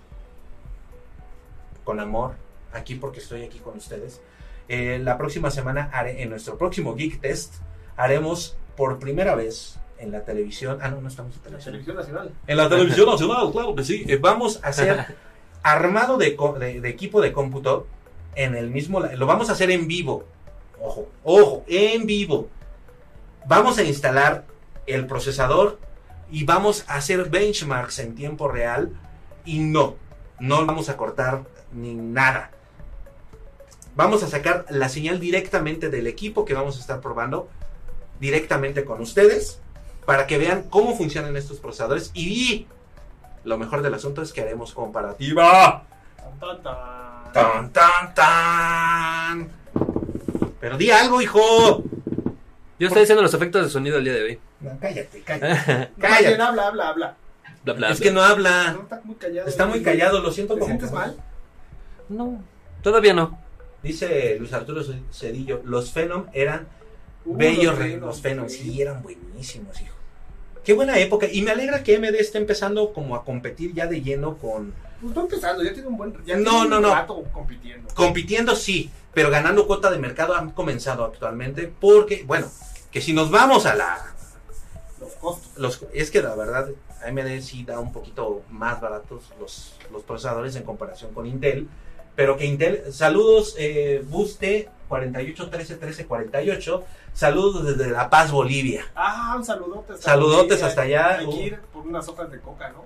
con amor, aquí porque estoy aquí con ustedes. Eh, la próxima semana, haré, en nuestro próximo Geek Test, haremos por primera vez en la televisión. Ah, no, no estamos en En la televisión. televisión nacional. En la televisión nacional, claro que sí. Eh, vamos a hacer armado de, co- de, de equipo de cómputo en el mismo. Lo vamos a hacer en vivo. Ojo, ojo, en vivo. Vamos a instalar el procesador y vamos a hacer benchmarks en tiempo real. Y no, no vamos a cortar ni nada. Vamos a sacar la señal directamente del equipo que vamos a estar probando directamente con ustedes para que vean cómo funcionan estos procesadores. Y lo mejor del asunto es que haremos comparativa. Tan, tan, tan. Tan, tan, tan. Pero di algo, hijo. Yo estoy haciendo los efectos de sonido el día de hoy. No, cállate, cállate. No, más Cállate. bien, habla, habla, habla. Bla, bla, Es bla. que no habla. No, está muy callado. Está muy callado, lo siento. ¿Te como sientes que- mal? No, todavía no. Dice Luis Arturo Cedillo, los Phenom eran Uh, bellos, los re- Phenom, los Phenom, sí. sí, eran buenísimos, hijo. Qué buena época, y me alegra que A M D esté empezando como a competir ya de lleno con... Pues no empezando, ya tiene un buen ya No, tiene no, un no. rato compitiendo. Compitiendo sí, pero ganando cuota de mercado han comenzado actualmente, porque, bueno, que si nos vamos a la... Los costos. Los, es que la verdad, A M D sí da un poquito más baratos los, los procesadores en comparación con Intel, pero que Intel, saludos, eh, Buste cuarenta y ocho trece trece cuarenta y ocho, saludos desde La Paz, Bolivia. Ah, un saludote. hasta Saludotes Bolivia. híjole. hasta allá. Hay Uh. que ir por unas hojas de coca, ¿no?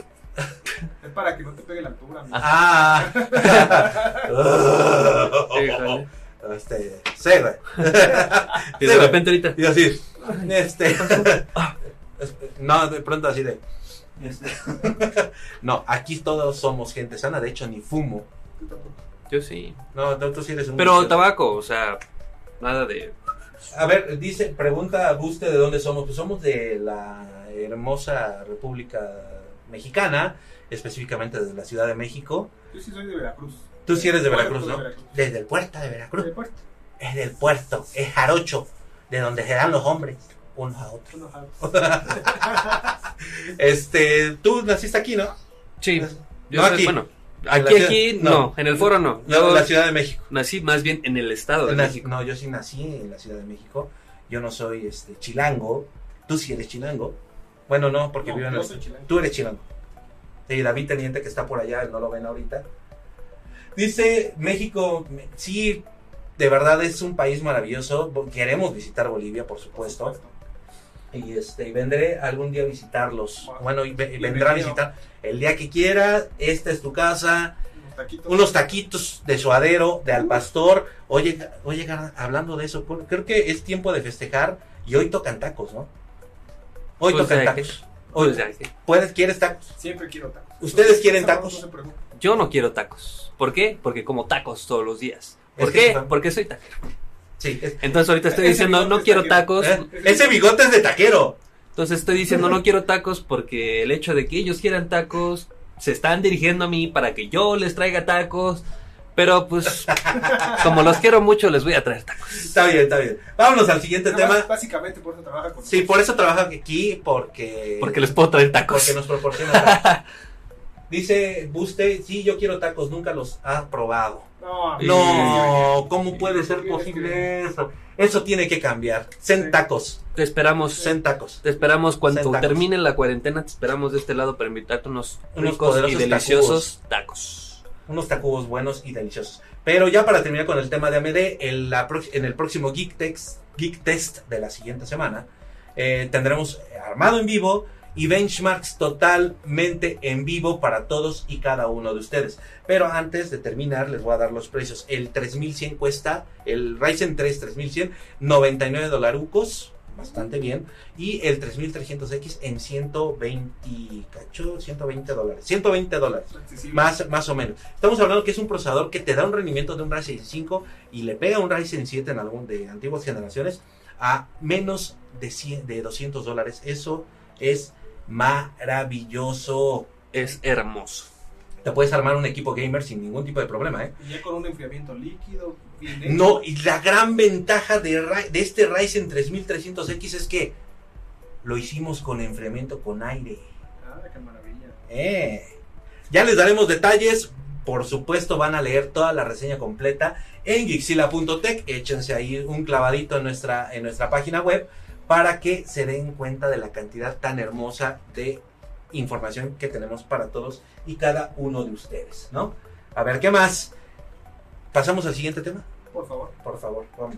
Es para que no te pegue la altura. amigo. Ah, Híjole. este, sí, güey. Y de repente ahorita. Y así, este, no, de pronto así de, este, no, aquí todos somos gente sana, de hecho ni fumo. Tú tampoco. Yo sí. No, tú, tú sí eres un... Pero tabaco, o sea, nada de... A ver, dice, pregunta a Buste de dónde somos. Pues somos de la hermosa República Mexicana, específicamente desde la Ciudad de México. Yo sí soy de Veracruz. Tú sí eres de Puerto Veracruz, ¿no? Veracruz. Desde el puerto de Veracruz. De Puerto. Es del puerto, es jarocho, de donde se dan los hombres unos a otros. Unos jaros. Este, tú naciste aquí, ¿no? Sí. Yo No soy- aquí. Bueno, En la aquí, ciudad- aquí, no. no. En el foro no. No, Yo en la Ciudad de México. nací más bien en el estado de Nací- México. No, yo sí nací en la Ciudad de México. Yo no soy este chilango. Tú sí eres chilango. Bueno, no, porque No, vivo en yo el... soy chilango. Tú eres chilango. Sí, David Teniente, que está por allá, no lo ven ahorita. Dice México, sí, de verdad es un país maravilloso. Queremos visitar Bolivia, por supuesto. Y este, y vendré algún día a visitarlos. Bueno, y, ve- y vendrá a visitar el día que quiera. Esta es tu casa. Unos taquitos. Unos taquitos de suadero, de al pastor. Oye, oye, Gar- hablando de eso, creo que es tiempo de festejar. Y hoy tocan tacos, ¿no? Hoy Pues tocan ya tacos. que- Hoy, pues ya que- ¿puedes, ¿Quieres tacos? Siempre quiero tacos. ¿Ustedes quieren Esa tacos? no se preocupe. Yo no quiero tacos. ¿Por qué? Porque como tacos todos los días. ¿Por Es que qué? sí, ¿no? Porque soy taquero. Sí. es- Entonces ahorita estoy Ese diciendo bigote no es quiero taquero. tacos. ¿Eh? Ese bigote es de taquero. Entonces estoy diciendo no quiero tacos porque el hecho de que ellos quieran tacos se están dirigiendo a mí para que yo les traiga tacos. Pero pues como los quiero mucho les voy a traer tacos. Está bien, está bien. Vámonos al siguiente Nada más, tema. básicamente por eso trabaja con Sí, por eso trabajo aquí, porque... Porque les puedo traer tacos. Porque nos proporciona tacos. Dice Buste, sí, yo quiero tacos, nunca los ha probado. No, amigo. No, ¿cómo puede ser posible eso? Eso tiene que cambiar. Zen Sí. tacos, Te esperamos. zen tacos. Te esperamos cuando Zen tacos. termine la cuarentena. Te esperamos de este lado para invitarte unos Unos ricos y poderosos deliciosos tacos. Unos tacubos buenos y deliciosos. Pero ya para terminar con el tema de A M D, en, la, en el próximo Geek, Tex, Geek Test de la siguiente semana, eh, tendremos armado en vivo y benchmarks totalmente en vivo para todos y cada uno de ustedes. Pero antes de terminar, les voy a dar los precios. El tres mil cien cuesta, el Ryzen tres tres mil cien, noventa y nueve dolarucos, bastante bien. Y el tres mil trescientos X en ciento veinte, cacho, ciento veinte dólares. ciento veinte dólares, más, más o menos. Estamos hablando que es un procesador que te da un rendimiento de un Ryzen cinco y le pega un Ryzen siete en algún de antiguas generaciones a menos de, cien, de doscientos dólares. Eso es maravilloso. Es hermoso. Te puedes armar un equipo gamer sin ningún tipo de problema, ¿eh? Y ya con un enfriamiento líquido. Bien hecho. No, y la gran ventaja de, de este Ryzen tres mil trescientos X es que lo hicimos con enfriamiento con aire. Ah, qué maravilla. Eh. Ya les daremos detalles. Por supuesto, van a leer toda la reseña completa en geekzilla punto tech. Échense ahí un clavadito en nuestra, en nuestra página web para que se den cuenta de la cantidad tan hermosa de información que tenemos para todos y cada uno de ustedes, ¿no? A ver, ¿qué más? ¿Pasamos al siguiente tema? Por favor. Por favor, vamos.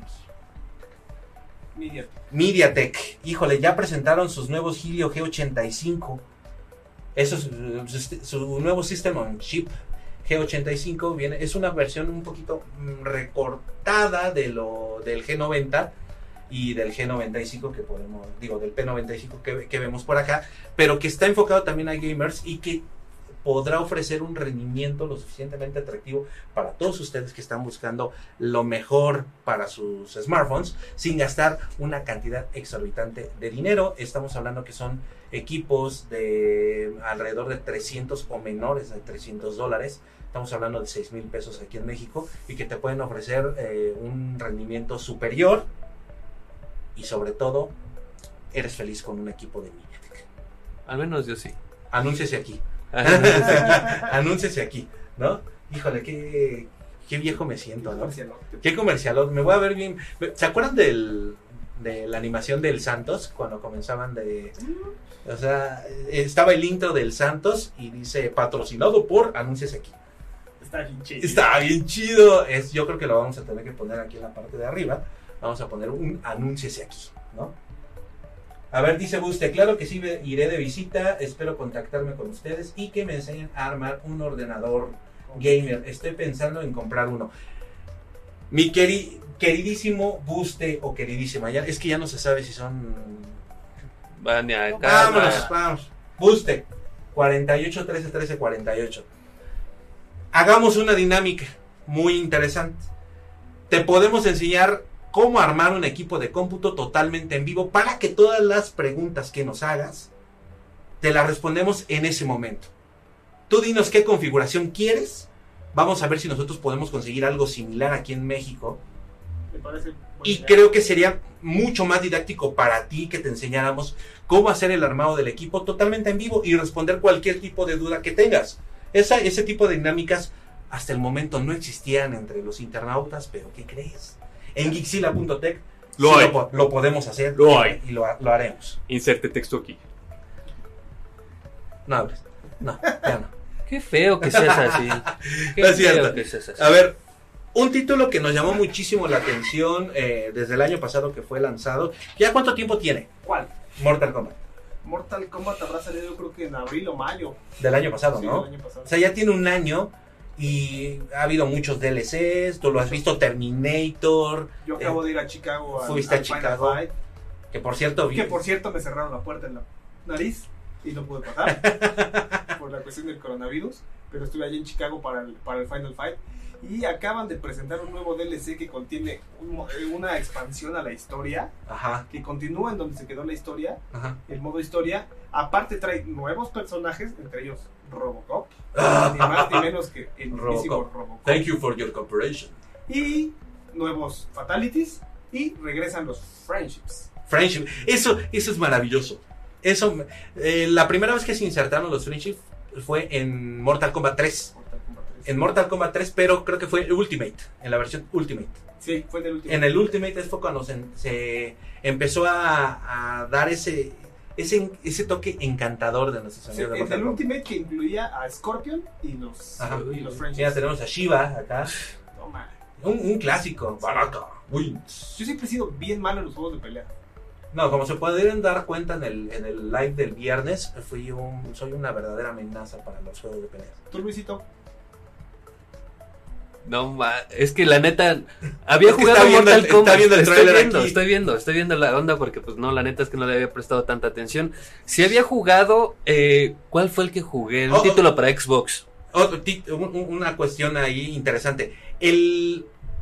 MediaTek. MediaTek. Híjole, ya presentaron sus nuevos Helio G ochenta y cinco. Eso es su, su nuevo System on Chip G ochenta y cinco. Viene, es una versión un poquito recortada de lo del G noventa y del G noventa y cinco que podemos, digo, del P noventa y cinco que, que vemos por acá, pero que está enfocado también a gamers y que podrá ofrecer un rendimiento lo suficientemente atractivo para todos ustedes que están buscando lo mejor para sus smartphones sin gastar una cantidad exorbitante de dinero. Estamos hablando que son equipos de alrededor de trescientos o menores de trescientos dólares. Estamos hablando de seis mil pesos aquí en México y que te pueden ofrecer eh, un rendimiento superior. Y sobre todo, eres feliz con un equipo de MediaTek. Al menos yo sí. Anúnciese aquí. Ah, Anúnciese aquí, ¿no? Híjole, qué, qué viejo me siento, ¿no? Comercialote. Qué comercial. Me voy a ver bien. ¿Se acuerdan del, de la animación del Santos? Cuando comenzaban de... O sea, estaba el intro del Santos y dice, patrocinado por, anúnciese aquí. Está bien chido. Está bien chido. Es, yo creo que lo vamos a tener que poner aquí en la parte de arriba. Vamos a poner un anúnciese aquí, ¿no? A ver, dice Buste, claro que sí, iré de visita, espero contactarme con ustedes y que me enseñen a armar un ordenador gamer. Estoy pensando en comprar uno. Mi queri, queridísimo Buste o queridísima, ya, es que ya no se sabe si son... Van acá. Vámonos, vamos. Buste, cuarenta y ocho, trece, trece, cuarenta y ocho. Hagamos una dinámica muy interesante. Te podemos enseñar cómo armar un equipo de cómputo totalmente en vivo para que todas las preguntas que nos hagas te las respondemos en ese momento. Tú dinos qué configuración quieres. Vamos a ver si nosotros podemos conseguir algo similar aquí en México. Me parece Y idea. creo que sería mucho más didáctico para ti que te enseñáramos cómo hacer el armado del equipo totalmente en vivo y responder cualquier tipo de duda que tengas. Esa, ese tipo de dinámicas hasta el momento no existían entre los internautas, pero ¿qué crees? En geekzilla punto tech Lo sí hay. lo, lo podemos hacer. Lo hay. Y lo, lo haremos. Inserte texto aquí. No hables. No, ya no. Qué feo que seas así. Qué No es cierto. feo que seas así. A ver, un título que nos llamó muchísimo la atención eh, desde el año pasado que fue lanzado. ¿Ya cuánto tiempo tiene? ¿Cuál? Mortal Kombat. Mortal Kombat habrá salido yo creo que en abril o mayo. Del año pasado, Sí, ¿no? del año pasado. O sea, ya tiene un año y ha habido muchos D L Cs. Tú lo has visto, Terminator. Yo acabo de ir a Chicago al, fuiste a al Final Chicago. Fight, Que por cierto, vi- que por cierto me cerraron la puerta en la nariz y no pude pasar por la cuestión del coronavirus, pero estuve allí en Chicago para el, para el Final Fight y acaban de presentar un nuevo D L C que contiene un mo- eh, una expansión a la historia Ajá, que continúa en donde se quedó la historia, ajá. el modo historia. Aparte trae nuevos personajes, entre ellos Robocop, ni más ni menos que el mismísimo Robocop. Robocop. Thank you for your cooperation. Y nuevos Fatalities y regresan los Friendships. Friendship. Eso, eso es maravilloso. Eso, eh, la primera vez que se insertaron los Friendship fue en Mortal Kombat tres. Mortal Kombat tres. En Mortal Kombat tres, pero creo que fue Ultimate, en la versión Ultimate. Sí, fue en el último. En el Ultimate fue cuando se, se empezó a, a dar ese ese, ese toque encantador de nuestros Sí, amigos de en Mortal el Kombat. Ultimate que incluía a Scorpion y los, Ajá. y los Friends. Mira, tenemos a Shiva acá. No, man. Un, un clásico. Baraka. Uy. Yo siempre he sido bien malo en los juegos de pelea. No, como se pueden dar cuenta en el, en el live del viernes, fui un, soy una verdadera amenaza para los juegos de pelea. ¿Tú, Luisito? No, ma, es que la neta, había Es que jugado está viendo Mortal el- está Kombat. viendo el estoy tráiler viendo, aquí. estoy viendo, estoy viendo la onda porque pues no, la neta es que no le había prestado tanta atención. Si había jugado, eh, ¿cuál fue el que jugué? Un Oh, oh. título para Xbox. Otro ti- un- un- una cuestión ahí interesante. El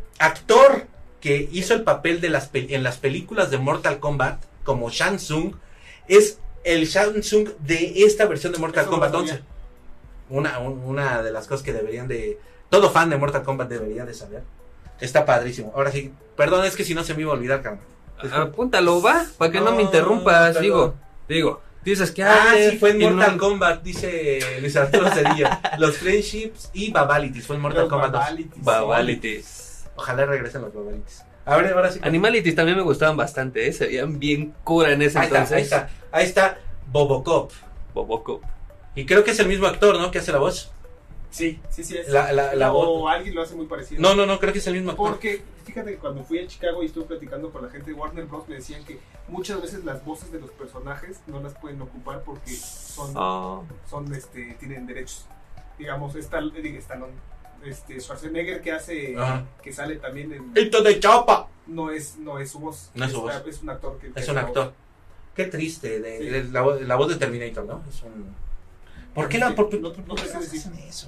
actor que hizo el papel de las pel- en las películas de Mortal Kombat, como Shang Tsung, es el Shang Tsung de esta versión de Mortal Eso no Kombat lo once. sabía. Una, un- una de las cosas que deberían de... Todo fan de Mortal Kombat debería de saber. Está padrísimo. Ahora sí, perdón, es que si no se me iba a olvidar, carnal. Apúntalo, va, para que no, No, me interrumpas, perdón. digo, digo, dices que... Ah, eh, sí, fue en y Mortal no- Kombat, dice Luis Arturo Cedillo. Los Friendships y Babalities. Fue en Mortal Los Kombat dos. Babalities. Babalities. Ojalá regresen los Babalities. A ver, ahora sí. Animalities también me gustaban bastante, ¿eh? Se veían bien cura en ese Ahí está, entonces. ahí está. Ahí está Bobocop. Boboco. Y creo que es el mismo actor, ¿no? Que hace la voz. Sí, sí, sí. Es. La, la, la o voz. alguien lo hace muy parecido. No, no, no, creo que es el mismo actor. Porque, fíjate que cuando fui a Chicago y estuve platicando con la gente de Warner Bros. Me decían que muchas veces las voces de los personajes no las pueden ocupar porque son, Oh. son este, tienen derechos. Digamos, está, digo, Stallone, este, Schwarzenegger que hace, Ajá. que sale también en... ¡Hito de chapa! No es, no es su voz. No es su Está- voz. Es un actor que... que Es hace un la actor. voz. Qué triste. De, Sí. de la, voz- la voz de Terminator, ¿no? Es un... ¿Por qué la.? Por, No- no ¿por qué te sé nos decir. hacen eso?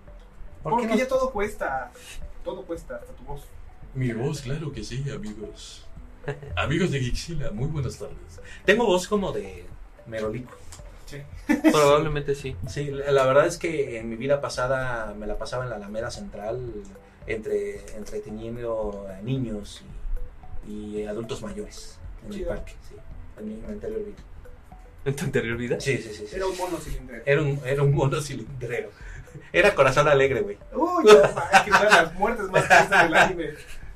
¿Por qué Porque nos- ya todo cuesta. Todo cuesta, hasta tu voz. Mi voz, claro que sí, amigos. Amigos de Geekzilla, muy buenas tardes. Tengo voz como de Merolico. Sí. Probablemente sí. Sí, la la verdad es que en mi vida pasada me la pasaba en la Alameda Central entre entreteniendo a niños y, y adultos mayores en el Chido. parque, sí, en mi en mi anterior vida. ¿En tu anterior vida? Sí, sí, sí, sí. Era un mono cilindrero. Era un, era un mono cilindrero. Era corazón alegre, güey. Uy, no, man, que una de las muertes más tristes del anime.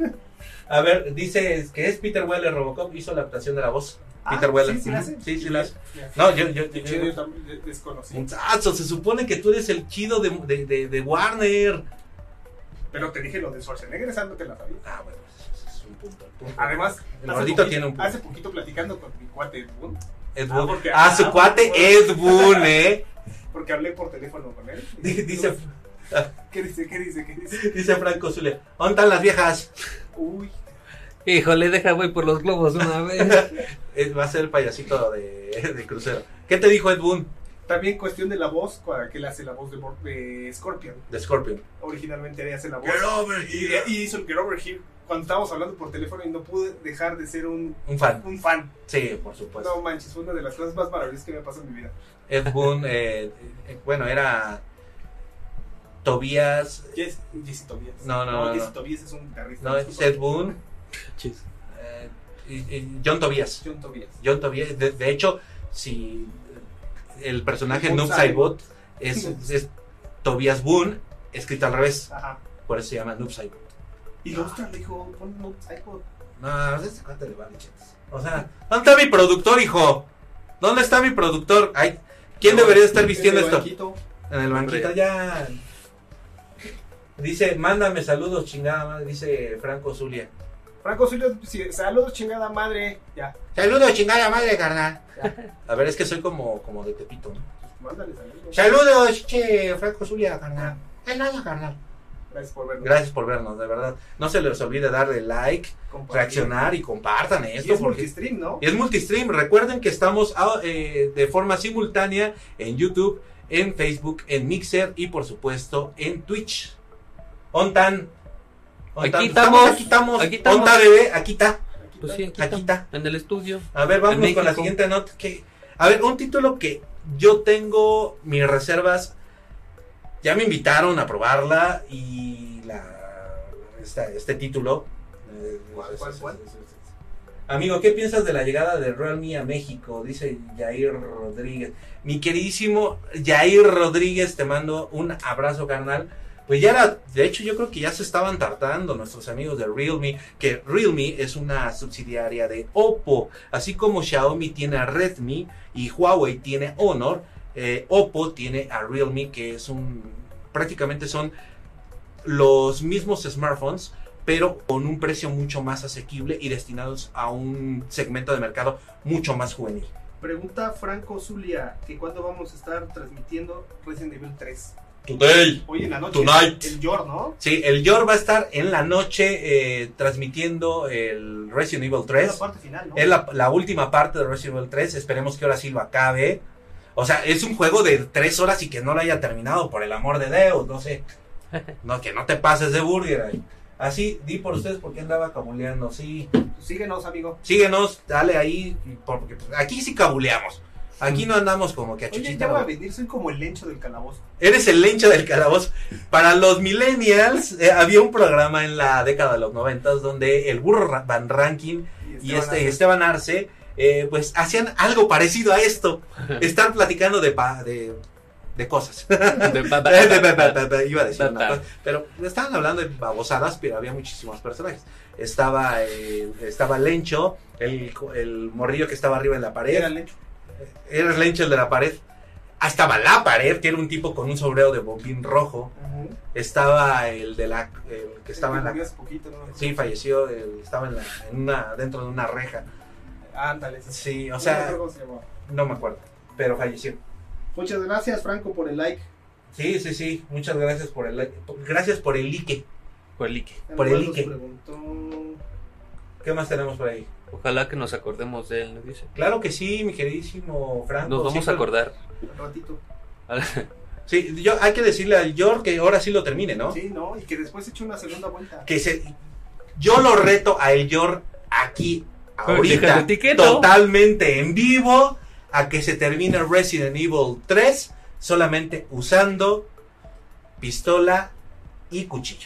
A ver, dice que es Peter Weller, Robocop hizo la adaptación de la voz. Peter Ah, Weller. Sí, sí, la hace. Sí, sí, la hace. Ya. No, yo, yo, Qué yo- chido, yo también de- desconocí. Muchacho, se supone que tú eres el chido de, de, de, de Warner. Pero te dije lo de Schwarzenegger, esa no te la sabía. Ah, bueno, ese es un punto. punto. Además, el hace gordito poquito- tiene un punto. hace poquito platicando con mi cuate Ed Boon, Ed Ah, Boon. porque- Ah, su ah, cuate porque- Ed Boon, ¿eh? porque hablé por teléfono con él. Dice, dice, ¿Qué dice? ¿Qué dice? ¿Qué dice? dice Franco Zulia, ¿dónde están las viejas? Uy, Híjole, deja voy por los globos una vez. Eh, Va a ser el payasito de, de crucero. ¿Qué te dijo Ed Boon también cuestión de la voz, cua- que él hace la voz de, Mor- de Scorpion. de Scorpion? Originalmente él hace la voz. Get over Y, here. y hizo el Get Over Here cuando estábamos hablando por teléfono y no pude dejar de ser un, Un fan. un fan. Sí, por supuesto. No manches, fue una de las cosas más maravillosas que me pasó en mi vida. Ed Boon, eh, eh, bueno, era Tobias. Jess, Jesse Tobias. No, no, no, Jesse no. Tobias es un guitarrista. No, es Ed Boon. Chis. eh, y- y John Tobias. John Tobias. John Tobias. De, de hecho, si el personaje Noob Noob Saibot. Saibot es, es Tobias Boon, escrito al revés. Ajá. Por eso se llama Noob Saibot. Y luego otra le dijo, pon no psycho. No, ese cuate le vale chetes. O sea, ¿dónde está mi productor, hijo? ¿Dónde está mi productor? Ay, ¿quién debería estar vistiendo En el esto? banquito. En el banquito Hombre. ya. Dice, mándame saludos, chingada madre, dice Franco Zulia. Franco Zulio, sí, saludos chingada madre. Ya, Saludos, chingada madre, carnal. ya. A ver, es que soy como, como de Tepito, ¿no? Mándale saludos. Saludos, che, Franco Zulia, carnal. Es nada, carnal. Gracias por vernos. Gracias por vernos, de verdad. No se les olvide darle like, Compartir. reaccionar y compartan Y esto. es porque multistream, ¿no? es multistream. Recuerden que estamos ah, eh, de forma simultánea en YouTube, en Facebook, en Mixer y por supuesto en Twitch. Ontan. Ontan. Aquí Pues estamos, Aquí estamos. aquí estamos. Onta, bebé. Aquí está. Aquí Pues está. sí, aquí, Aquí está, está. en el estudio. A ver, vámonos En con la México. siguiente nota. Que, a ver, un título que yo tengo mis reservas. Ya me invitaron a probarla y la, esta- este título. eh, ¿Cuál, cuál, cuál? Amigo, ¿qué piensas de la llegada de Realme a México? Dice Jair Rodríguez. Mi queridísimo Jair Rodríguez, te mando un abrazo, carnal. pues ya era, de hecho yo creo que ya se estaban tardando nuestros amigos de Realme, que Realme es una subsidiaria de Oppo, así como Xiaomi tiene a Redmi y Huawei tiene Honor, eh, Oppo tiene a Realme, que es un, prácticamente son los mismos smartphones, pero con un precio mucho más asequible y destinados a un segmento de mercado mucho más juvenil. Pregunta Franco Zulia, que cuándo vamos a estar transmitiendo Resident Evil tres. Today. Hoy en la noche. Tonight. El Yor, ¿no? Sí, el Yor va a estar en la noche eh, transmitiendo el Resident Evil Es tres. la parte final, ¿no? Es la, la última parte de Resident Evil tres. Esperemos que ahora sí lo acabe. O sea, es un juego de tres horas y que no lo haya terminado, por el amor de Dios. No sé. No, que no te pases de burger ahí. Así, di por ustedes por qué andaba cabuleando. Sí. Pues síguenos, amigo. Síguenos, dale ahí. Porque aquí sí cabuleamos. Aquí no andamos como que a Oye, chuchita. ya voy a venir, soy como el lencho del calabozo. Eres el lencho del calabozo. Para los millennials, eh, había un programa en la década de los noventas donde el burro Ra- Van Ranking y este Arce. Esteban Arce, eh, pues hacían algo parecido a esto. Estar platicando de pa- de, de cosas. De pa- pa- De- de- de- de- de- Iba a decir pa- una pa- cosa, pero estaban hablando de babosadas, pero había muchísimos personajes. Estaba eh, estaba Lencho, el, el morrillo que estaba arriba en la pared. Era el lencho. Era el Lencho el de la pared. Ah, estaba la pared, que era un tipo con un sombrero de bombín rojo. Ujú. Estaba el de la el que estaba en la Murió hace poquito, ¿no? sí, falleció, el- estaba en la en una dentro de una reja. Ándale. sí. Sí, o No me sea, acuerdo cómo se llamaba. no me acuerdo, pero falleció. Muchas gracias, Franco, por el like. Sí, sí, sí, muchas gracias por el like. Gracias por el like. Por el like. Por el Eduardo like. preguntó... ¿Qué más tenemos por ahí? Ojalá que nos acordemos de él, ¿no dice? Claro que sí, mi queridísimo Franco. Nos vamos a siempre- acordar. Un ratito. Sí, yo hay que decirle al York que ahora sí lo termine, ¿no? Sí, ¿no? Y que después eche una segunda vuelta. Que se yo lo reto a el York aquí ahorita Déjalo etiqueto. totalmente en vivo a que se termine Resident Evil tres solamente usando pistola y cuchillo.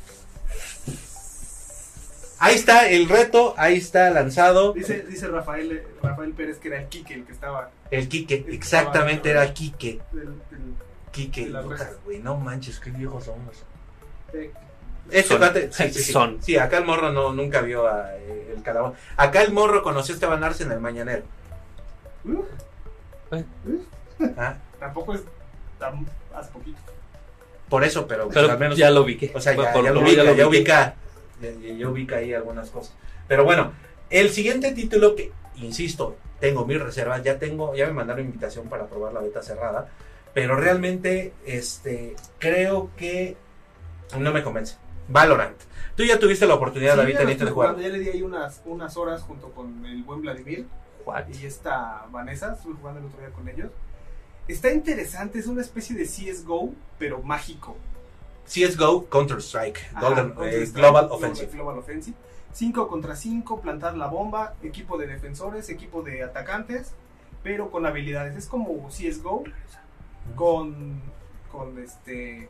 Ahí está el reto, ahí está lanzado. Dice, dice Rafael, eh, Rafael Pérez que era el Kike el que estaba El Quique, exactamente era Quique. del, del- Quique, De las puta, rejas. güey, no manches, qué viejos somos. de- Este Son. cuate, sí, sí, sí. Son. Sí, acá el morro no, nunca vio a, eh, el calabozo. Acá el morro conoció a Esteban Arce en el Mañanero. Uh, ¿Ah? tampoco es tan hace poquito. Por eso, pero, pues, Pero al menos. ya lo vi. O sea, ya, Por ya lo lo menos ubica, ya ubiqué. ubica, ya, ya- ya ubica ahí algunas cosas. Pero bueno, el siguiente título que, insisto, tengo mis reservas, ya tengo, ya me mandaron invitación para probar la beta cerrada, pero realmente, este, creo que no me convence. Valorant. Tú ya tuviste la oportunidad, Sí, David, ya lo Teniste, estuve de jugar. jugando, ya le di ahí unas, unas horas junto con el buen Vladimir What? y esta Vanessa, estuve jugando el otro día con ellos. Está interesante, es una especie de C S G O, pero mágico. C S G O, Counter-Strike, Ajá, Golden, eh, Counter-Strike, Global Offensive. Global Offensive. cinco contra cinco, plantar la bomba, equipo de defensores, equipo de atacantes, pero con habilidades. Es como C S G O con, con este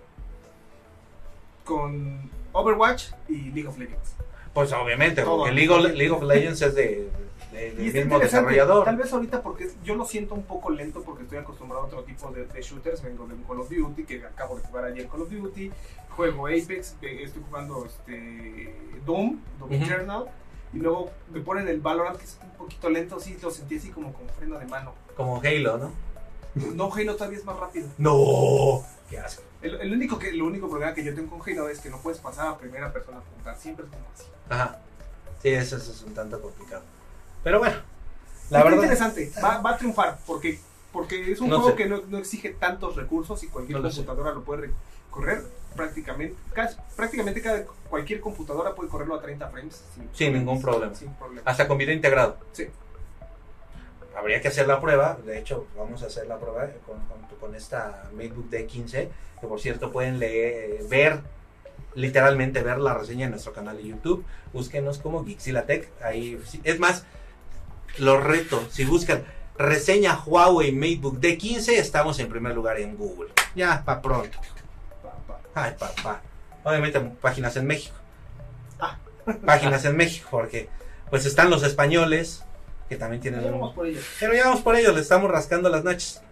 con Overwatch y League of Legends. Pues obviamente, Todo. porque League of, League of Legends es de, de- del Y está mismo interesante, desarrollador. tal vez ahorita porque yo lo siento un poco lento porque estoy acostumbrado a otro tipo de, de shooters, vengo de un Call of Duty, que acabo de jugar ayer Call of Duty, juego Apex, eh, estoy jugando este Doom, Doom Ujú. Eternal, y luego me ponen el Valorant que es un poquito lento, sí, lo sentí así como con freno de mano. Como Halo, ¿no? No, Halo todavía es más rápido. No, qué asco. El, el único que, el único problema que yo tengo con Halo es que no puedes pasar a primera persona a apuntar, siempre es como así. Ajá. Sí, eso, eso es un tanto complicado. Pero bueno, la Está verdad. interesante, va, va a triunfar porque, porque es un No juego sé. que no, no exige tantos recursos y cualquier No lo sé. computadora lo puede correr prácticamente, casi- prácticamente cada, cualquier computadora puede correrlo a treinta frames Sin ningún problema. Sin problema. Hasta con video integrado. Sí. Habría que hacer la prueba. De hecho, vamos a hacer la prueba con, con, con esta MacBook D quince. Que por cierto pueden leer, ver, literalmente ver la reseña en nuestro canal de YouTube. Búsquenos como Geeksilatech. Ahí, sí, es más, los reto. Si buscan reseña Huawei MateBook D quince, estamos en primer lugar en Google. Ya, pa' pronto. Pa, pa. Ay, papá. Obviamente páginas en México. Ah. Páginas en México, porque pues están los españoles, que también tienen Ya un... vamos por ello. Pero ya vamos por ellos, le estamos rascando las nachas.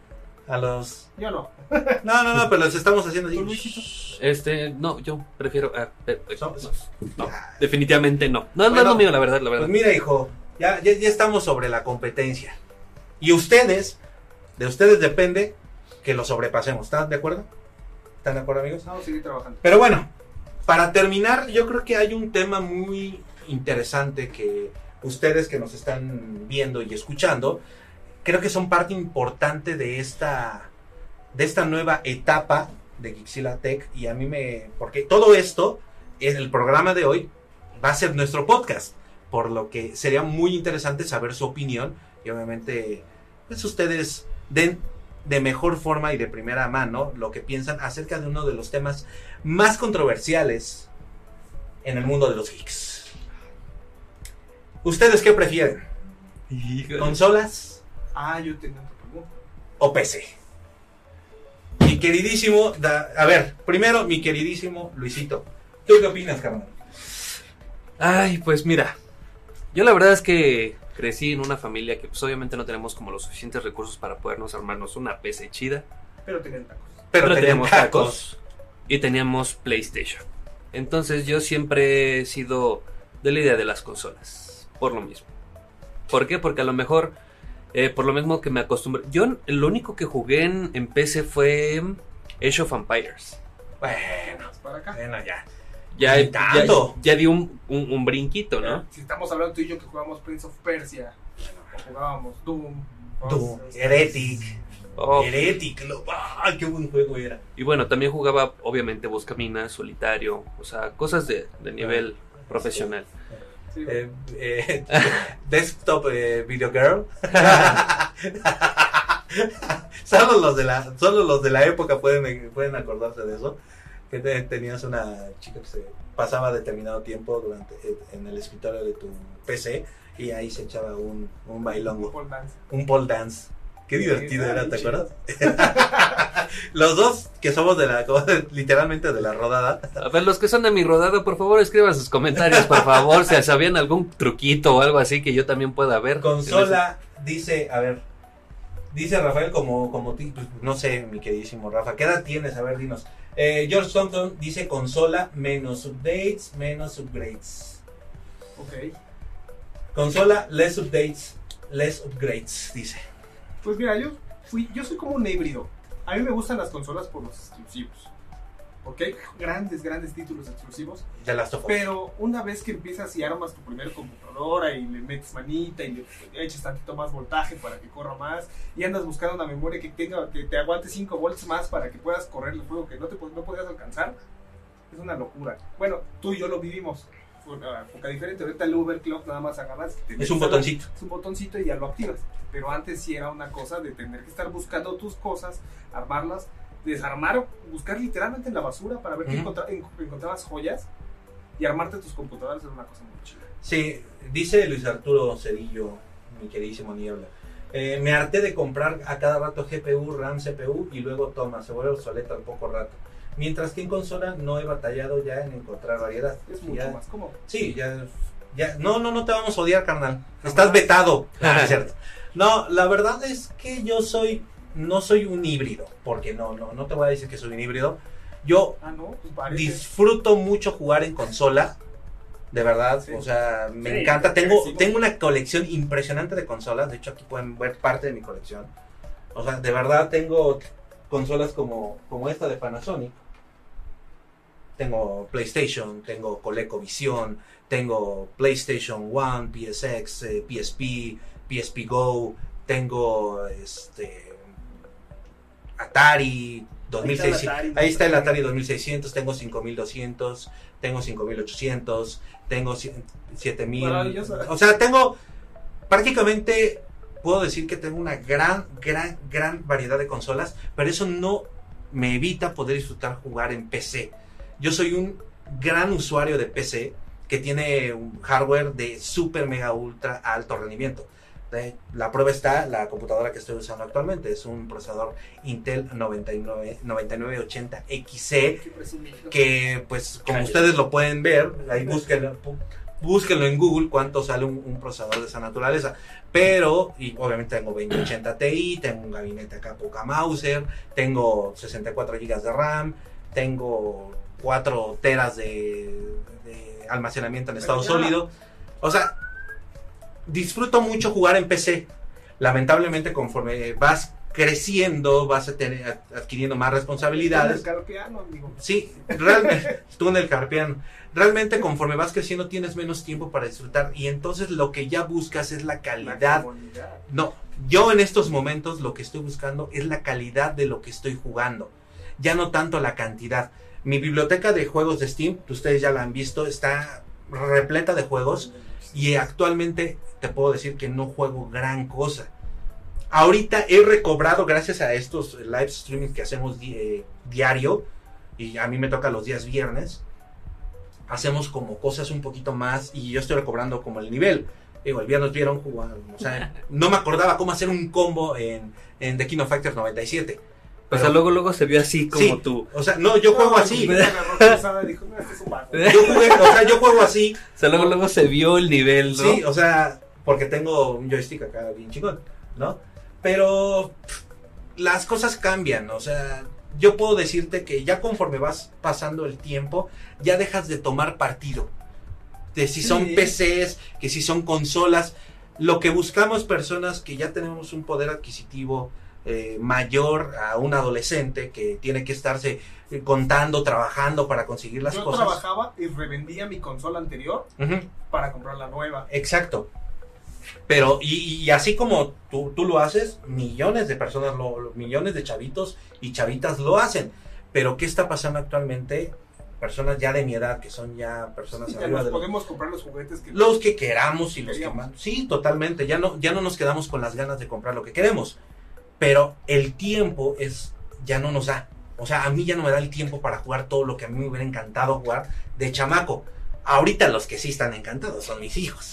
A los... Yo no. No, no, no, pero los estamos haciendo así. ¿Tú, Luisito? Este, no, yo prefiero... ah, eh, eh, Somos- no, no, definitivamente no. No, no Bueno, es lo mío, la verdad, la verdad. Pues mira, hijo, ya, ya, ya estamos sobre la competencia. Y ustedes, de ustedes depende que lo sobrepasemos. ¿Están de acuerdo? ¿Están de acuerdo, amigos? Vamos a seguir trabajando. Pero bueno, para terminar, yo creo que hay un tema muy interesante que ustedes que nos están viendo y escuchando, creo que son parte importante de esta, de esta nueva etapa de Geekzilla Tech. Y a mí me... Porque todo esto, en el programa de hoy, va a ser nuestro podcast. Por lo que sería muy interesante saber su opinión. Y obviamente, pues ustedes den de mejor forma y de primera mano lo que piensan acerca de uno de los temas más controversiales en el mundo de los geeks. ¿Ustedes qué prefieren? ¿Consolas Ah, yo tenía otra pregunta. o P C? Mi queridísimo, da- a ver, primero mi queridísimo Luisito, ¿tú qué opinas, carnal? Ay, pues mira, yo la verdad es que crecí en una familia que pues obviamente no tenemos como los suficientes recursos para podernos armarnos una P C chida. Pero tenían tacos. Pero, Pero teníamos teníamos tacos. tacos y teníamos PlayStation. Entonces yo siempre he sido de la idea de las consolas, por lo mismo. ¿Por qué? Porque a lo mejor, eh, por lo mismo que me acostumbré. Yo lo único que jugué en, en P C fue Age of Empires. Bueno, Más para acá. bueno, ya. Ya, Ni ya, tanto. ya di un, un, un brinquito, ¿no? Si estamos hablando tú y yo que jugábamos Prince of Persia, o jugábamos Doom, Doom, cosas- Heretic, Oh, Heretic, lo- ¡ah, qué buen juego era! y bueno, también jugaba obviamente Buscaminas, Solitario, o sea, cosas de, de nivel profesional. Sí, Eh, eh, desktop eh, Video Girl. solo los de la solo los de la época pueden pueden acordarse de eso, que te- tenías una chica que se pasaba determinado tiempo durante eh, en el escritorio de tu P C y ahí se echaba un, un bailongo, Pole dance. un pole dance. Qué divertido Sí, era, bien ¿te chido. acuerdas? Los dos que somos de la literalmente de la rodada. A ver, los que son de mi rodada, por favor, escriban sus comentarios, por favor, si sabían algún truquito o algo así que yo también pueda ver. Consola, dice, a ver, dice Rafael como, como ti, pues, no sé, mi queridísimo Rafa, ¿qué edad tienes? A ver, dinos. Eh, George Thompson dice consola menos updates, menos upgrades. Ok. Consola, less updates, less upgrades, dice. Pues mira, yo fui, yo soy como un híbrido. A mí me gustan las consolas por los exclusivos. Porque hay grandes, grandes títulos exclusivos. De Last of Us. Pero una vez que empiezas y armas tu primera computadora y le metes manita y le echas tantito más voltaje para que corra más y andas buscando una memoria que tenga que te aguante cinco volts más para que puedas correr el juego que no te no podías alcanzar, es una locura. Bueno, tú y yo lo vivimos. Fue una época diferente. Ahorita el overclock nada más agarras. te Es metes un a la- botoncito. Es un botoncito y ya lo activas. Pero antes sí era una cosa de tener que estar buscando tus cosas, armarlas, desarmar, buscar literalmente en la basura para ver que Ujú. encontra- en- encontrabas joyas y armarte tus computadoras era una cosa muy chida. Sí, dice Luis Arturo Cedillo, mi queridísimo Niebla. Eh, me harté de comprar a cada rato G P U, RAM, C P U y luego toma, se vuelve obsoleta al poco rato. Mientras que en consola no he batallado ya en encontrar variedad. Es mucho Ya- más cómodo. Sí, ya, ya, no, no, no te vamos a odiar, carnal. Estás vetado. Ah, es cierto. No, la verdad es que yo soy, no soy un híbrido, porque no, no, no te voy a decir que soy un híbrido. Yo Ah, no, pues parece. disfruto mucho jugar en consola, de verdad, Sí. o sea, me Sí, encanta. Tengo, sí. tengo una colección impresionante de consolas, de hecho aquí pueden ver parte de mi colección. O sea, de verdad tengo consolas como, como esta de Panasonic. Tengo PlayStation, tengo ColecoVision, tengo PlayStation One, P S X, eh, P S P, P S P Go, tengo este Atari dos mil seiscientos. Ahí está el Atari, Ahí está el Atari dos mil seiscientos, tengo cinco mil doscientos, tengo cinco mil ochocientos, tengo siete mil. Maravilloso. O sea, tengo prácticamente, puedo decir que tengo una gran, gran, gran variedad de consolas, pero eso no me evita poder disfrutar jugar en P C. Yo soy un gran usuario de P C que tiene un hardware de super mega ultra alto rendimiento. De- La prueba está la computadora que estoy usando actualmente. Es un procesador Intel noventa y nueve, noventa y nueve ochenta X C Qué presumido. que pues como Cállate. ustedes lo pueden ver, ahí búsquenlo, pu- búsquenlo en Google cuánto sale un, un procesador de esa naturaleza. Pero, y obviamente tengo veinte ochenta Ti, tengo un gabinete acá poca Mauser, tengo sesenta y cuatro gigas de RAM, tengo cuatro teras de, de almacenamiento en estado sólido. O sea, disfruto mucho jugar en P C. Lamentablemente, conforme vas creciendo, vas a tener, adquiriendo más responsabilidades. El carpiano, amigo. Sí, realmente, tú en el carpiano. Realmente, conforme vas creciendo, tienes menos tiempo para disfrutar. Y entonces lo que ya buscas es la calidad. La no, yo en estos momentos lo que estoy buscando es la calidad de lo que estoy jugando. Ya no tanto la cantidad. Mi biblioteca de juegos de Steam, ustedes ya la han visto, está repleta de juegos. Y actualmente te puedo decir que no juego gran cosa. Ahorita he recobrado, gracias a estos live streaming que hacemos di eh, diario, y a mí me toca los días viernes, hacemos como cosas un poquito más, y yo estoy recobrando como el nivel. Digo, el viernes vieron jugar, o sea, no me acordaba cómo hacer un combo en, en The King of Fighters noventa y siete. Pero, o sea, luego, luego se vio así como sí, tú. O sea, no, yo juego no, así. Dijo, no, este es un vato. Yo jugué, o sea, yo juego así. O sea, luego, luego se vio el nivel, ¿no? Sí, o sea, porque tengo un joystick acá bien chingón, ¿no? Pero pff, las cosas cambian, o sea, yo puedo decirte que ya conforme vas pasando el tiempo, ya dejas de tomar partido. De si son Sí. P Cs, que si son consolas. Lo que buscamos personas que ya tenemos un poder adquisitivo eh, mayor a un adolescente que tiene que estarse eh, contando, trabajando para conseguir las Yo cosas. trabajaba y revendía mi consola anterior Ujú. para comprar la nueva. Exacto. Pero, y, y así como tú, tú lo haces, millones de personas, lo, lo- millones de chavitos y chavitas lo hacen. Pero, ¿qué está pasando actualmente? Personas ya de mi edad, que son ya personas Sí, ya arriba nos de los, podemos comprar los juguetes que los que queramos y los que Queríamos. más. Sí, totalmente. Ya no, ya no nos quedamos con las ganas de comprar lo que queremos. Pero el tiempo es, ya no nos da. O sea, a mí ya no me da el tiempo para jugar todo lo que a mí me hubiera encantado jugar de chamaco. Ahorita los que sí están encantados son mis hijos.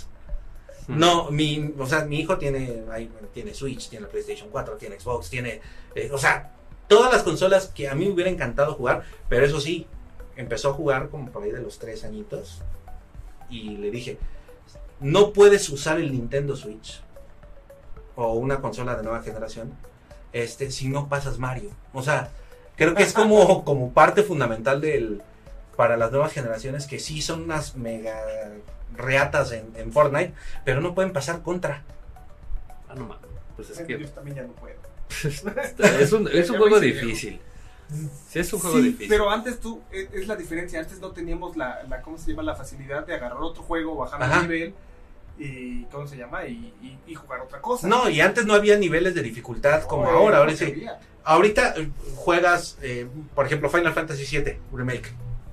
No, mi, o sea, mi hijo tiene, ahí, tiene Switch, tiene PlayStation cuatro, tiene Xbox, tiene, eh, o sea, todas las consolas que a mí me hubiera encantado jugar, pero eso sí, empezó a jugar como por ahí de los tres añitos y le dije, no puedes usar el Nintendo Switch o una consola de nueva generación, este, si no pasas Mario. O sea, creo que es como, como parte fundamental del, para las nuevas generaciones que sí son unas mega reatas en, en Fortnite, pero no pueden pasar contra. Ah, no mames. Pues es yo que también ya no puedo. es un, es un Ya juego me hice difícil. Sí, es un juego Sí, difícil. pero antes tú, es, es la diferencia, antes no teníamos la, la, ¿cómo se llama? La facilidad de agarrar otro juego, bajar Ajá. el nivel y, ¿cómo se llama? Y, y, y jugar otra cosa. No, y antes no había niveles de dificultad como No, ahora. no Ahora sí. había. Ahorita eh, juegas, eh, por ejemplo, Final Fantasy siete Remake.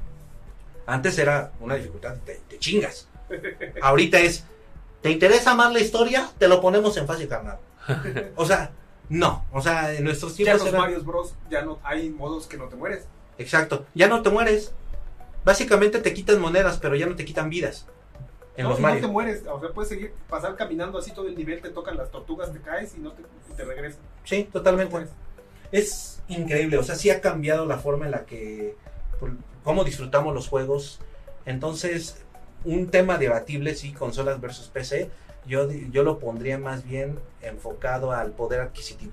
Antes era una dificultad, te, te chingas. Ahorita es, ¿te interesa más la historia? Te lo ponemos en fácil, carnal. O sea, no. O sea, en nuestros Ya tiempos los era- Mario Bros. Ya no hay modos que no te mueres. Exacto. Ya no te mueres. Básicamente te quitan monedas, pero ya no te quitan vidas. En no, los y no Mario. te mueres, o sea, puedes seguir, pasar caminando así todo el nivel, te tocan las tortugas, te caes y no te, y te regresan. Sí, No te totalmente. mueres. Es increíble, o sea, sí ha cambiado la forma en la que, por- cómo disfrutamos los juegos. Entonces, un tema debatible, sí, consolas versus P C, yo, di- yo lo pondría más bien enfocado al poder adquisitivo.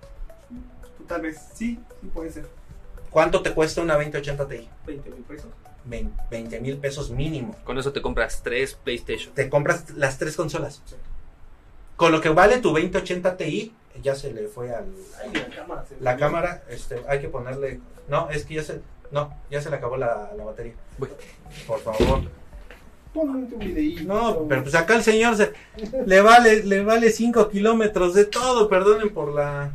Tal vez, sí, sí puede ser. ¿Cuánto te cuesta una veinte ochenta Ti? veinte mil pesos. veinte mil pesos mínimo. Con eso te compras tres PlayStation. Te compras las tres consolas. Sí. Con lo que vale tu veinte ochenta Ti, ya se le fue al... Ay, la cámara. se La movió. cámara, este, hay que ponerle... No, es que ya se... No, ya se le acabó la, la batería. Uy. Por favor. Ponle un videíto. No, pero pues acá el señor se, le vale le vale cinco kilómetros de todo, perdonen por la...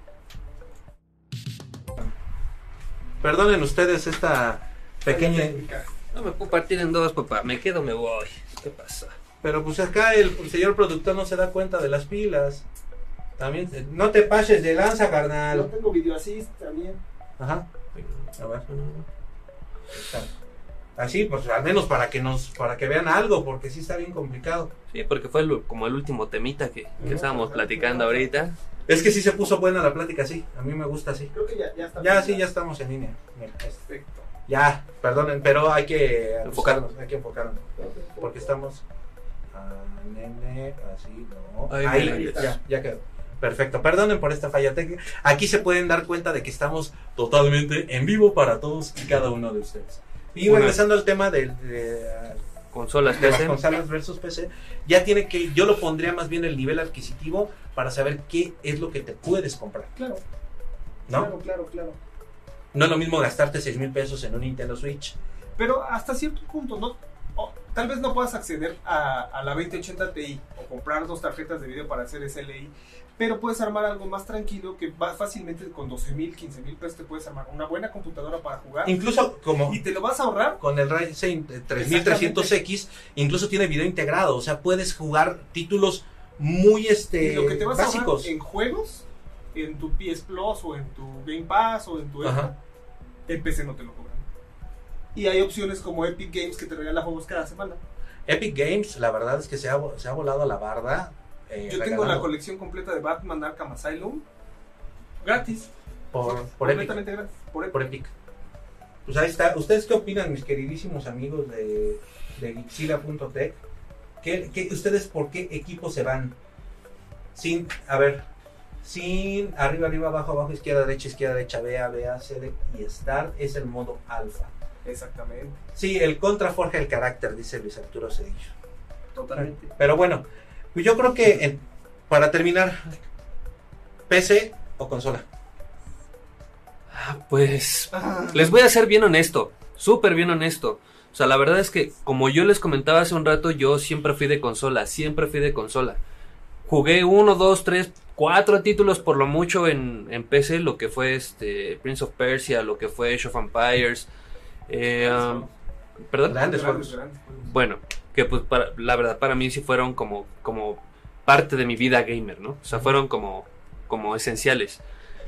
Perdonen ustedes esta pequeña... No me puedo partir en dos, papá. Me quedo, me voy. ¿Qué pasa? Pero pues acá el, el señor productor no se da cuenta de las pilas. También, eh, no te pases de lanza, No carnal. tengo video assist también. Ajá. A ver. Está. Así, pues al menos para que nos, para que vean algo, porque sí está bien complicado. Sí, porque fue el- como el último temita que, que estábamos platicando ahorita. Es que sí se puso buena la plática así. A mí me gusta así. Creo que ya, ya está. Ya sí, ya estamos en línea. Mira, este. Perfecto. Ya, perdonen, pero hay que Enfocarnos. enfocarnos, hay que enfocarnos. Porque estamos... Ah, nene, así, no. Ahí, Ahí, ahí está. ya, ya quedó. Perfecto, perdonen por esta falla técnica. Aquí se pueden dar cuenta de que estamos totalmente en vivo para todos y cada uno de ustedes. Y Bueno. regresando al tema de, de, Consolas, de las P C. consolas versus P C, ya tiene que, yo lo pondría más bien el nivel adquisitivo para saber qué es lo que te puedes comprar, Claro, ¿no? claro, claro, claro. No es lo mismo gastarte seis mil pesos en un Nintendo Switch. Pero hasta cierto punto, ¿no? O, tal vez no puedas acceder a, a la veinte ochenta Ti o comprar dos tarjetas de video para hacer S L I, pero puedes armar algo más tranquilo que va fácilmente con doce mil, quince mil pesos te puedes armar una buena computadora para jugar Incluso como y te lo vas a ahorrar. con el Ryzen tres mil trescientos X, incluso tiene video integrado, o sea, puedes jugar títulos muy este Y lo que te vas a básicos. ahorrar en juegos, en tu P S Plus o en tu Game Pass o en tu Ajá. en P C no te lo cobran. Y hay opciones como Epic Games que te regala juegos cada semana. Epic Games, la verdad es que se ha, se ha volado a la barda. eh, Yo tengo regalando la colección completa de Batman Arkham Asylum gratis, por, por Epic. completamente gratis, por Epic. Por Epic. Pues ahí está. ¿Ustedes qué opinan, mis queridísimos amigos de, de Geekzilla punto tech? ¿Qué, qué, ¿Ustedes por qué equipo se van? Sin, a ver, sin arriba, arriba, abajo, abajo, izquierda, derecha, izquierda, derecha, B A, B A, C D y Start es el modo alfa. Exactamente, Sí, el contra forja el carácter, dice Luis Arturo Cedillo. totalmente. Pero bueno, pues yo creo que en- para terminar, ¿P C o consola? Pues Ah, les voy a ser bien honesto, súper bien honesto. O sea, la verdad es que, como yo les comentaba hace un rato, yo siempre fui de consola, siempre fui de consola. Jugué uno, dos, tres, cuatro títulos por lo mucho en, en P C, lo que fue este Prince of Persia, lo que fue Age of Empires. Eh, um, ¿Perdón? Grandes grandes, juegos. grandes juegos. Bueno, que pues para, la verdad para mí sí fueron como, como parte de mi vida gamer, ¿no? O sea, fueron como, como esenciales.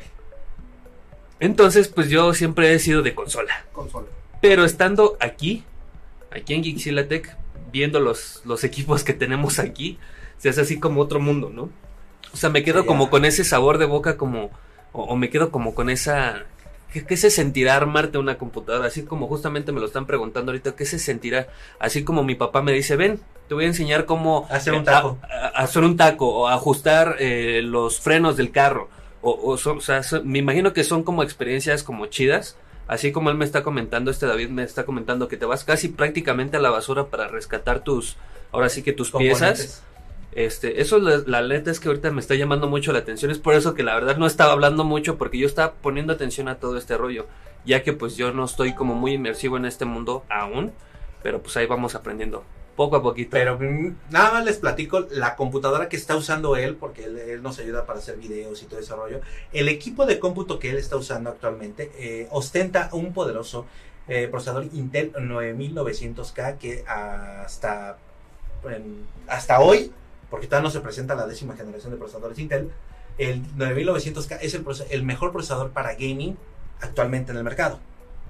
Entonces, pues yo siempre he sido de consola. Consola. Pero estando aquí, aquí en Geekzilla Tech, viendo los, los equipos que tenemos aquí, se hace así como otro mundo, ¿no? O sea, me quedo Sí, como ya. con ese sabor de boca como, o, o me quedo como con esa... ¿Qué, qué se sentirá armarte una computadora? Así como justamente me lo están preguntando ahorita, ¿qué se sentirá? Así como mi papá me dice, ven, te voy a enseñar cómo... Hacer un eh, taco. a- a- a hacer un taco, o ajustar eh, los frenos del carro. O, o, son- o sea, son- me imagino que son como experiencias como chidas. Así como él me está comentando, este David me está comentando que te vas casi prácticamente a la basura para rescatar tus, ahora sí que tus piezas. Componentes. Este, eso la, la neta es que ahorita me está llamando mucho la atención. Es por eso que la verdad no estaba hablando mucho, porque yo estaba poniendo atención a todo este rollo, ya que pues yo no estoy como muy inmersivo en este mundo aún, pero pues ahí vamos aprendiendo poco a poquito. Pero mm, nada más les platico la computadora que está usando él, porque él, él nos ayuda para hacer videos y todo ese rollo. El equipo de cómputo que él está usando actualmente eh, ostenta un poderoso eh, procesador Intel nueve mil novecientos K que hasta, en- hasta hoy, porque todavía no se presenta la décima generación de procesadores Intel, el nueve mil novecientos K es el, proce- el mejor procesador para gaming actualmente en el mercado,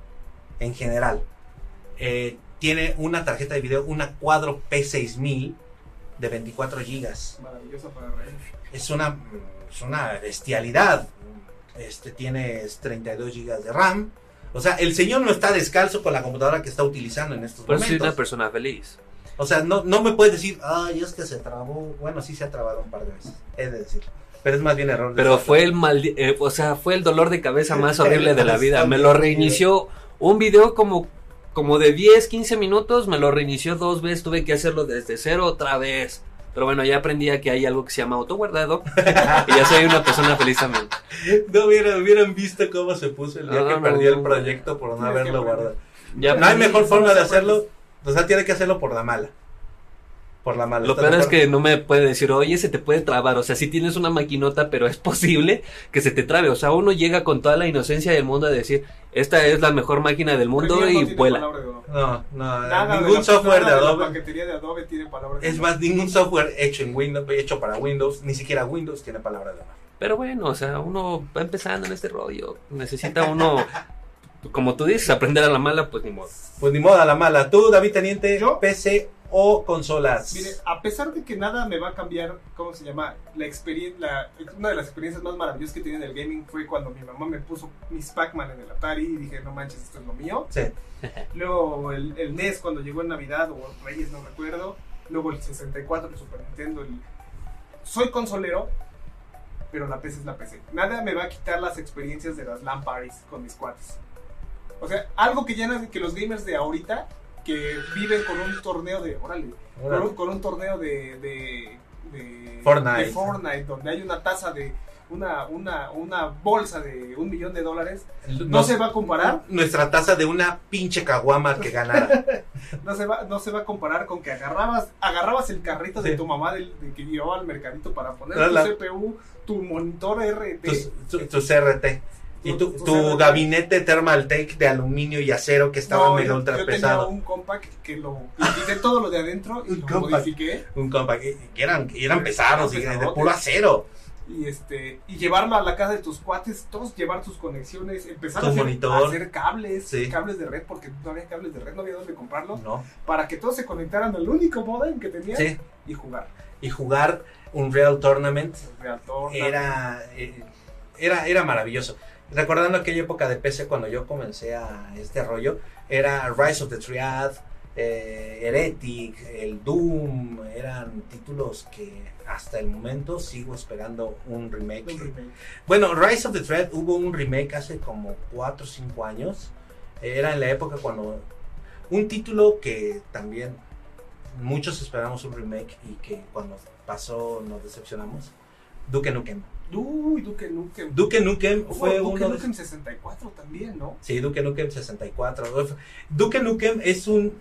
en general. Eh, tiene una tarjeta de video, una Quadro P seis mil de veinticuatro gigas. Maravillosa para reír. Es una, es una bestialidad. Este tiene treinta y dos gigas de RAM. O sea, el señor no está descalzo con la computadora que está utilizando en estos Por eso soy una momentos. persona feliz. O sea, no, no me puedes decir, ay, es que se trabó. Bueno, sí se ha trabado un par de veces, he de decir. Pero es más bien error. de Pero software. fue el maldi eh, o sea, fue el dolor de cabeza más horrible de la vida. Me lo Bastante. reinició un video como, como de diez, quince minutos, me lo reinició dos veces, tuve que hacerlo desde cero otra vez. Pero bueno, ya aprendí a que hay algo que se llama autoguardado y ya soy una persona feliz también. No hubieran, hubieran visto cómo se puso el día No, que no, perdió no. el proyecto por no Tienes que haberlo aprender. guardado. Ya No hay aprendí. mejor forma de hacerlo. O sea, tiene que hacerlo por la mala. Por la mala. Lo ¿Estás peor de es acuerdo? que no me puede decir, oye, se te puede trabar. O sea, sí tienes una maquinota, pero es posible que se te trabe. O sea, uno llega con toda la inocencia del mundo a decir, esta es la mejor máquina del mundo Premiere no y tiene vuela. palabra de honor. No, no, Nada de ningún la- software de nada la Adobe. paquetería de Adobe tiene palabra de Es honor. más, ningún software hecho en Windows, hecho para Windows, ni siquiera Windows tiene palabra de honor. Pero bueno, o sea, uno va empezando en este rollo. Necesita uno, como tú dices, aprender a la mala, pues ni modo. Pues ni modo, a la mala. Tú, David Teniente, ¿Yo? P C o consolas? Mire, a pesar de que nada me va a cambiar, ¿cómo se llama? La experiencia, la, una de las experiencias más maravillosas que tenía en el gaming fue cuando mi mamá me puso mis Pac-Man en el Atari y dije, no manches, esto es lo mío. Sí. Luego el, el N E S cuando llegó en Navidad o Reyes, no recuerdo. Luego el sesenta y cuatro, el Super Nintendo. El... Soy consolero, pero la P C es la P C. Nada me va a quitar las experiencias de las LAN parties con mis cuates. O sea, algo que ya que los gamers de ahorita que viven con un torneo de, órale, órale. Con, un, con un torneo de, de, de, Fortnite. de Fortnite, donde hay una taza de, una, una, una bolsa de un millón de dólares, no, no se va a comparar. Nuestra taza de una pinche caguama que ganara. no, se va, no se va a comparar con que agarrabas, agarrabas el carrito sí. de tu mamá de, de que llevaba al mercadito para poner no, tu la, C P U, tu monitor R T. Tu, tu, tu C R T. Y tu, tu, tu gabinete Thermaltake de aluminio y acero que estaba no, mega yo, ultra yo pesado. Yo tenía un compact que lo quité todo lo de adentro y un lo compact, modifiqué. Un compact, que eran, que eran pesados, y de puro acero. Y este y llevarlo a la casa de tus cuates, todos llevar tus conexiones, empezar tu a hacer, monitor. a hacer cables, sí. cables de red, porque no había cables de red, no había dónde comprarlo. No. Para que todos se conectaran al único modem que tenían sí. y jugar. Y jugar un Real Tournament. Real Tournament. Era, era, era maravilloso. Recordando aquella época de P C cuando yo comencé a este rollo, era Rise of the Triad, eh, Heretic, el Doom, eran títulos que hasta el momento sigo esperando un remake. Un remake. Bueno, Rise of the Triad hubo un remake hace como cuatro o cinco años, era en la época cuando un título que también muchos esperamos un remake y que cuando pasó nos decepcionamos, Duke Nukem. Uy, Duke Nukem. Duke Nukem oh, fue Duke uno Nukem de... sesenta y cuatro también, ¿no? Sí, Duke Nukem sesenta y cuatro. Duke Nukem es un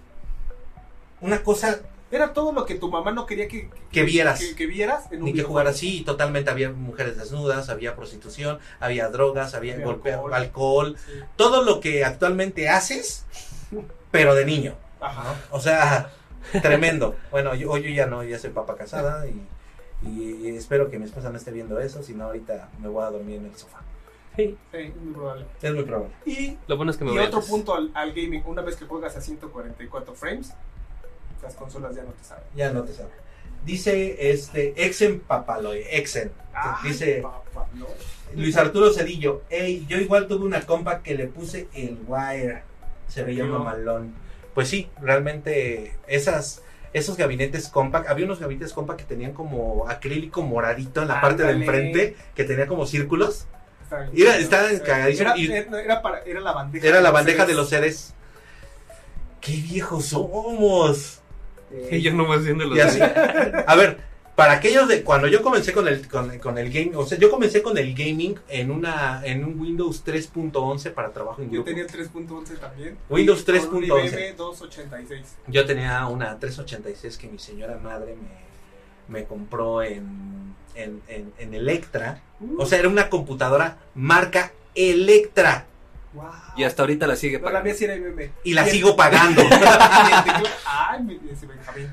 una cosa... Era todo lo que tu mamá no quería que, que, que vieras. Que, que vieras en un ni que jugaras así, totalmente había mujeres desnudas, había prostitución, había drogas, había, había golpe, alcohol, alcohol sí. Todo lo que actualmente haces, pero de niño. Ajá. O sea, tremendo. Bueno, yo, yo ya no, ya soy papá casada y... Y espero que mi esposa no esté viendo eso, si no ahorita me voy a dormir en el sofá. Sí, sí, es muy probable. Es muy probable. Y, Lo bueno es que me y voy otro antes. punto al, al gaming, una vez que juegas a ciento cuarenta y cuatro frames, las consolas ya no te saben. Ya no te saben. Dice este Exen Papaloy, Exen. Ay, dice Papaloy. Luis Arturo Cedillo, hey, yo igual tuve una compa que le puse el wire. Se veía mamalón. Pues sí, realmente esas... Esos gabinetes compact, había unos gabinetes compact que tenían como acrílico moradito en la Ándale. parte de enfrente, que tenía como círculos. Estaban Era, estaban cagadísimos. Era, era, era, para, era la bandeja. Era la bandeja de los seres. ¡Qué viejos somos! Y yo nomás viendo los... Y así, a ver, para aquellos de cuando yo comencé con el con, con el game, o sea, yo comencé con el gaming en una en un Windows tres punto once para trabajo en Yo grupo. tenía el tres punto once también. Windows tres punto once. I B M doscientos ochenta y seis. Yo tenía una trescientos ochenta y seis que mi señora madre me, me compró en, en, en, en Electra. Uh. O sea, era una computadora marca Electra. Wow. Y hasta ahorita la sigue pagando. No, la mía sí era I B M. Y la y sigo el... pagando. Ay, me dice Benjamín.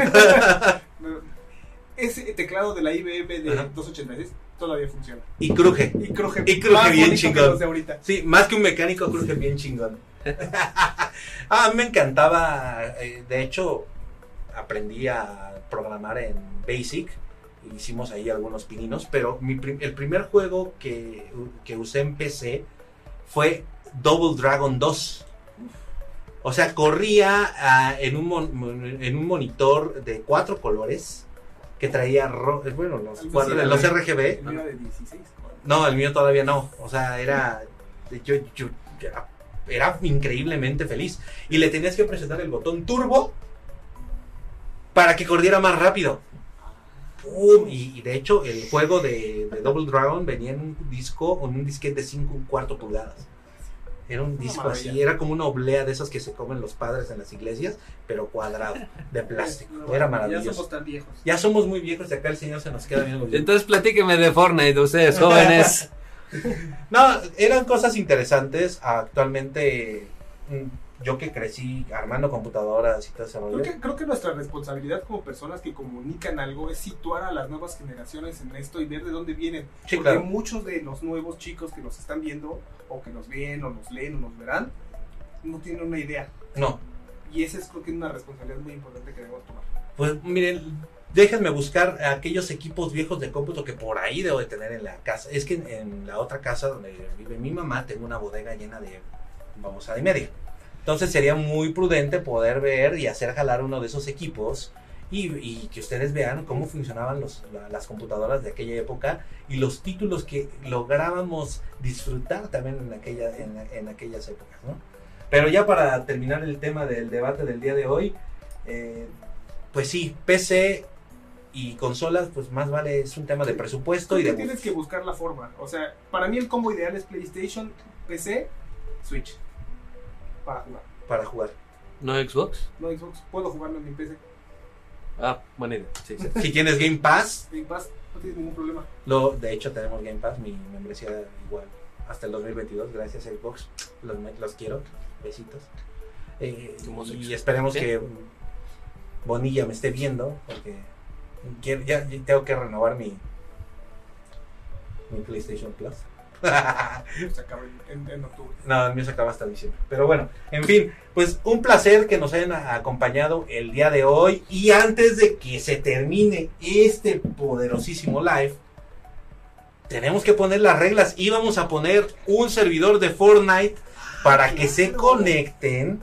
Ese teclado de la I B M de Ajá. doscientos ochenta y seis todavía funciona. Y cruje. Y cruje, y cruje bien chingón. De ahorita. Sí, más que un mecánico, cruje bien chingón. Ah, me encantaba. Eh, de hecho, aprendí a programar en Basic. Hicimos ahí algunos pininos. Pero mi prim el primer juego que, que usé en P C fue Double Dragon dos. O sea, corría uh, en, un mon en un monitor de cuatro colores que traía, ro bueno, los, cuatro, sí, los R G B. ¿El mío era de dieciséis? No, el mío todavía no. O sea, era... Yo, yo, era, era increíblemente feliz. Y le tenías que presionar el botón turbo para que corriera más rápido. ¡Pum! Y, y de hecho, el juego de, de Double Dragon venía en un disco, en un disquete de cinco y cuarto pulgadas. Era un disco así, era como una oblea de esas que se comen los padres en las iglesias, pero cuadrado, de plástico. No, era maravilloso. Ya somos tan viejos. Ya somos muy viejos y acá el señor se nos queda viendo. Entonces platíqueme de Fortnite, ustedes jóvenes. No, eran cosas interesantes. Actualmente, yo que crecí armando computadoras y todo ese rollo. Creo que, creo que nuestra responsabilidad como personas que comunican algo es situar a las nuevas generaciones en esto y ver de dónde vienen. Sí, porque claro. Muchos de los nuevos chicos que nos están viendo, o que nos ven, o nos leen, o nos verán, no tienen una idea. No. y esa es creo que una responsabilidad muy importante que debemos tomar. Pues miren, déjenme buscar aquellos equipos viejos de cómputo que por ahí debo de tener en la casa. Es que en, en la otra casa donde vive mi mamá tengo una bodega llena de babosa de media. Entonces sería muy prudente poder ver y hacer jalar uno de esos equipos y, y que ustedes vean cómo funcionaban los, la, las computadoras de aquella época y los títulos que lográbamos disfrutar también en, aquella, en, en aquellas épocas, ¿no? Pero ya para terminar el tema del debate del día de hoy, eh, pues sí, P C y consolas, pues más vale, es un tema de presupuesto y de... Tienes que buscar la forma, o sea, para mí el combo ideal es PlayStation, P C, Switch. Para jugar. Para jugar. ¿No Xbox? No Xbox, puedo jugarlo en mi P C. Ah, buena idea. Sí, sí. Si tienes Game Pass, Game Pass, no tienes ningún problema. lo, de hecho tenemos Game Pass, mi membresía igual, hasta el dos mil veintidós, gracias a Xbox, los, los quiero, besitos. Eh, y esperemos ¿Sí? que Bonilla me esté viendo, porque quiero, ya, ya tengo que renovar mi, mi PlayStation Plus. Se acaba en, en octubre. No, el mío se acaba hasta diciembre. Pero bueno, en fin, pues un placer que nos hayan acompañado el día de hoy. Y antes de que se termine este poderosísimo live, tenemos que poner las reglas. Y vamos a poner un servidor de Fortnite para que se conecten.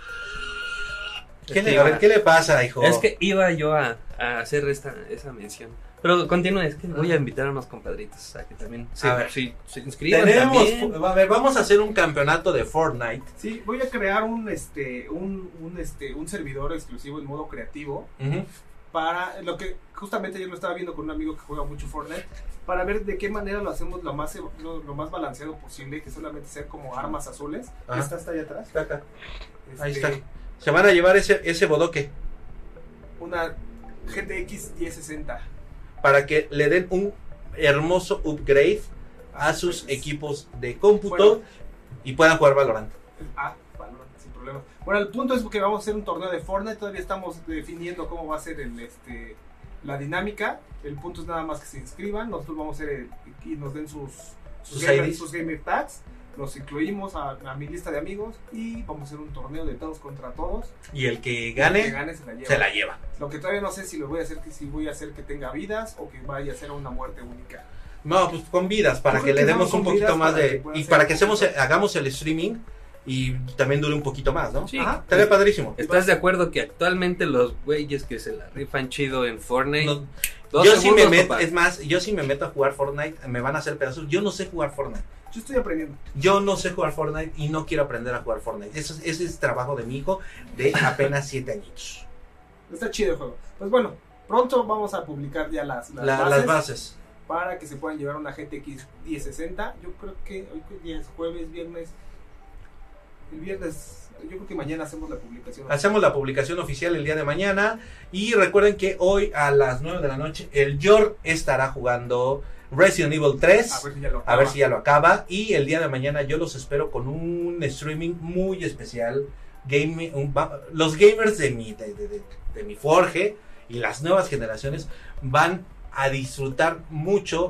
¿Qué le, a ver, ¿qué le pasa, hijo? Es que iba yo a, a hacer esta, esa mención. Pero continúa, es que voy a invitar a unos compadritos a que también se, A ver. sí, se inscriban. Tenemos, también. a ver, vamos a hacer un campeonato de Fortnite. Sí, voy a crear un este un, un este un servidor exclusivo en modo creativo Uh-huh. para lo que justamente yo lo estaba viendo con un amigo que juega mucho Fortnite para ver de qué manera lo hacemos lo más lo, lo más balanceado posible, que solamente sea como armas azules. Ajá. Esta está allá atrás. Está acá. Ahí Este, está. Se van a llevar ese, ese bodoque Una G T X diez sesenta. para que le den un hermoso upgrade a sus equipos de cómputo Bueno. y puedan jugar Valorant. Ah, Valorant, sin problema. Bueno, el punto es que vamos a hacer un torneo de Fortnite. Todavía estamos definiendo cómo va a ser el, este, la dinámica. El punto es nada más que se inscriban. Nosotros vamos a hacer el- y nos den sus, sus, Sus gamer, I Ds. sus gamer tags. Los incluimos a, a mi lista de amigos y vamos a hacer un torneo de todos contra todos. Y el que El gane, que gane se la lleva. se la lleva. Lo que todavía no sé si lo voy a hacer, que si voy a hacer que tenga vidas o que vaya a ser una muerte única. No, pues con vidas, para Yo que creo le que demos vamos un con poquito vidas más para de... que pueda Y ser para un que hacemos, poquito. hagamos el streaming y también dure un poquito más, ¿no? Sí. Ajá. Estaría padrísimo. ¿Estás de acuerdo que actualmente los güeyes que se la rifan chido en Fortnite? No, dos yo sí me segundos, meto, papá. es más, yo sí me meto a jugar Fortnite, me van a hacer pedazos. Yo no sé jugar Fortnite. Yo estoy aprendiendo. Yo no sé jugar Fortnite y no quiero aprender a jugar Fortnite. Eso, es- ese es trabajo de mi hijo de apenas siete añitos. Está chido el juego. Pues bueno, pronto vamos a publicar ya las, las La- bases. las bases. Para que se puedan llevar una G T X diez sesenta. Yo creo que hoy que día es jueves, viernes. El viernes, yo creo que mañana hacemos la publicación. Hacemos la publicación oficial el día de mañana. Y recuerden que hoy a las nueve de la noche el Yor estará jugando Resident Evil tres. A ver si ya lo A ver si ya lo acaba. Y el día de mañana yo los espero con un streaming muy especial. Game, un- va- los gamers de mi, de, de- de- de mi Forge y las nuevas generaciones van a disfrutar mucho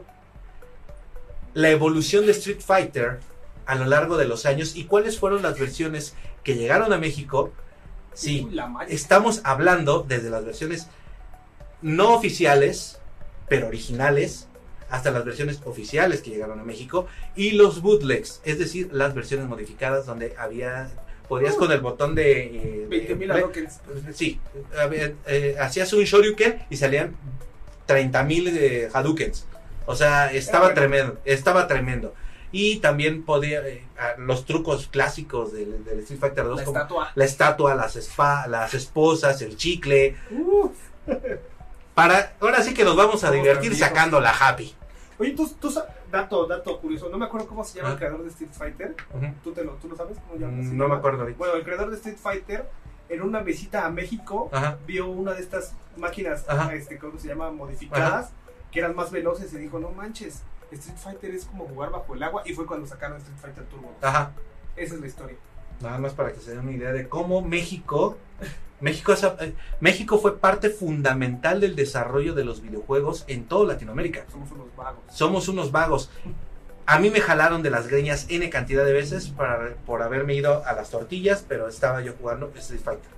la evolución de Street Fighter a lo largo de los años y cuáles fueron las versiones que llegaron a México. Sí, Uy, la magia. estamos hablando desde las versiones no oficiales, pero originales, hasta las versiones oficiales que llegaron a México y los bootlegs, es decir, las versiones modificadas donde había, podías con el botón de... eh, veinte mil de- Hadokens. Sí, había- eh, hacías un Shoryuken y salían treinta mil eh, Hadoukens. O sea, estaba Era bueno. tremendo, estaba tremendo. Y también podía, eh, a- los trucos clásicos del, del Street Fighter dos, La como estatua. la estatua, las, spa, las esposas, el chicle. Uf. Para, ahora sí que nos vamos a Somos divertir amigos. sacando la happy. Oye, tú, tú sa- dato, dato curioso. No me acuerdo cómo se llama Ah. el creador de Street Fighter. Ujú. ¿Tú, te lo, ¿Tú lo sabes? ¿Cómo llama? Mm, ¿Sí? No me acuerdo ahorita. Bueno, el creador de Street Fighter, en una visita a México, Ajá. vio una de estas máquinas, Ajá. este, ¿cómo se llama? Modificadas, que eran más veloces y dijo, no manches, Street Fighter es como jugar bajo el agua, y fue cuando sacaron Street Fighter Turbo. Ajá. Esa es la historia. Nada más para que se den una idea de cómo México, México, es- eh, México fue parte fundamental del desarrollo de los videojuegos en toda Latinoamérica. Somos unos vagos. Somos unos vagos. A mí me jalaron de las greñas N cantidad de veces para, por haberme ido a las tortillas, pero estaba yo jugando Street Fighter.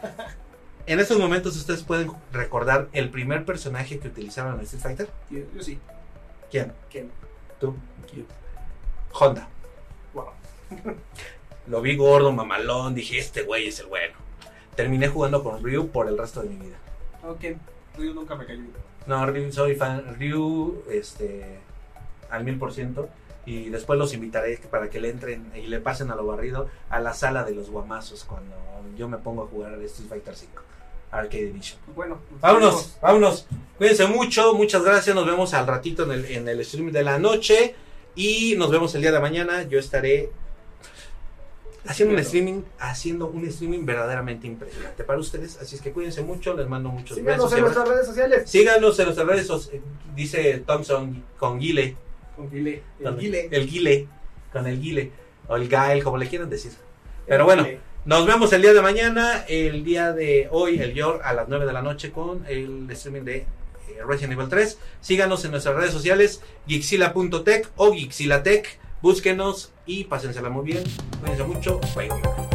En estos momentos ustedes pueden recordar el primer personaje que utilizaron en Street Fighter. Yo, yo sí. ¿Quién? ¿Quién? ¿Tú? Yo. Honda. Wow. Lo vi gordo, mamalón, dije, este güey es el bueno. Terminé jugando con Ryu por el resto de mi vida. Ok. Ryu nunca me cayó. No, Ryu, soy fan. Ryu, este, al mil por ciento. Y después los invitaré para que le entren y le pasen a lo barrido a la sala de los guamazos cuando yo me pongo a jugar al Street Fighter cinco Arcade Edition. Pues bueno. Pues Vámonos, tenemos- vámonos. Cuídense mucho, muchas gracias. Nos vemos al ratito en el, en el stream de la noche. Y nos vemos el día de mañana. Yo estaré haciendo un streaming, haciendo un streaming verdaderamente impresionante para ustedes. Así es que cuídense mucho, les mando muchos Síganos besos. en nuestras redes sociales. Síganos en nuestras redes sociales, dice Thompson con Guile. Con Guile. El Con Guile. El Guile. Con el Guile. O el Gael, como le quieran decir. Pero bueno, nos vemos el día de mañana. El día de hoy, el Yor, a las nueve de la noche con el streaming de eh, Resident Evil tres. Síganos en nuestras redes sociales, Geekzilla punto tech o Geekzilla Tech. Búsquenos y pásensela muy bien. Cuídense mucho. Bye, bye.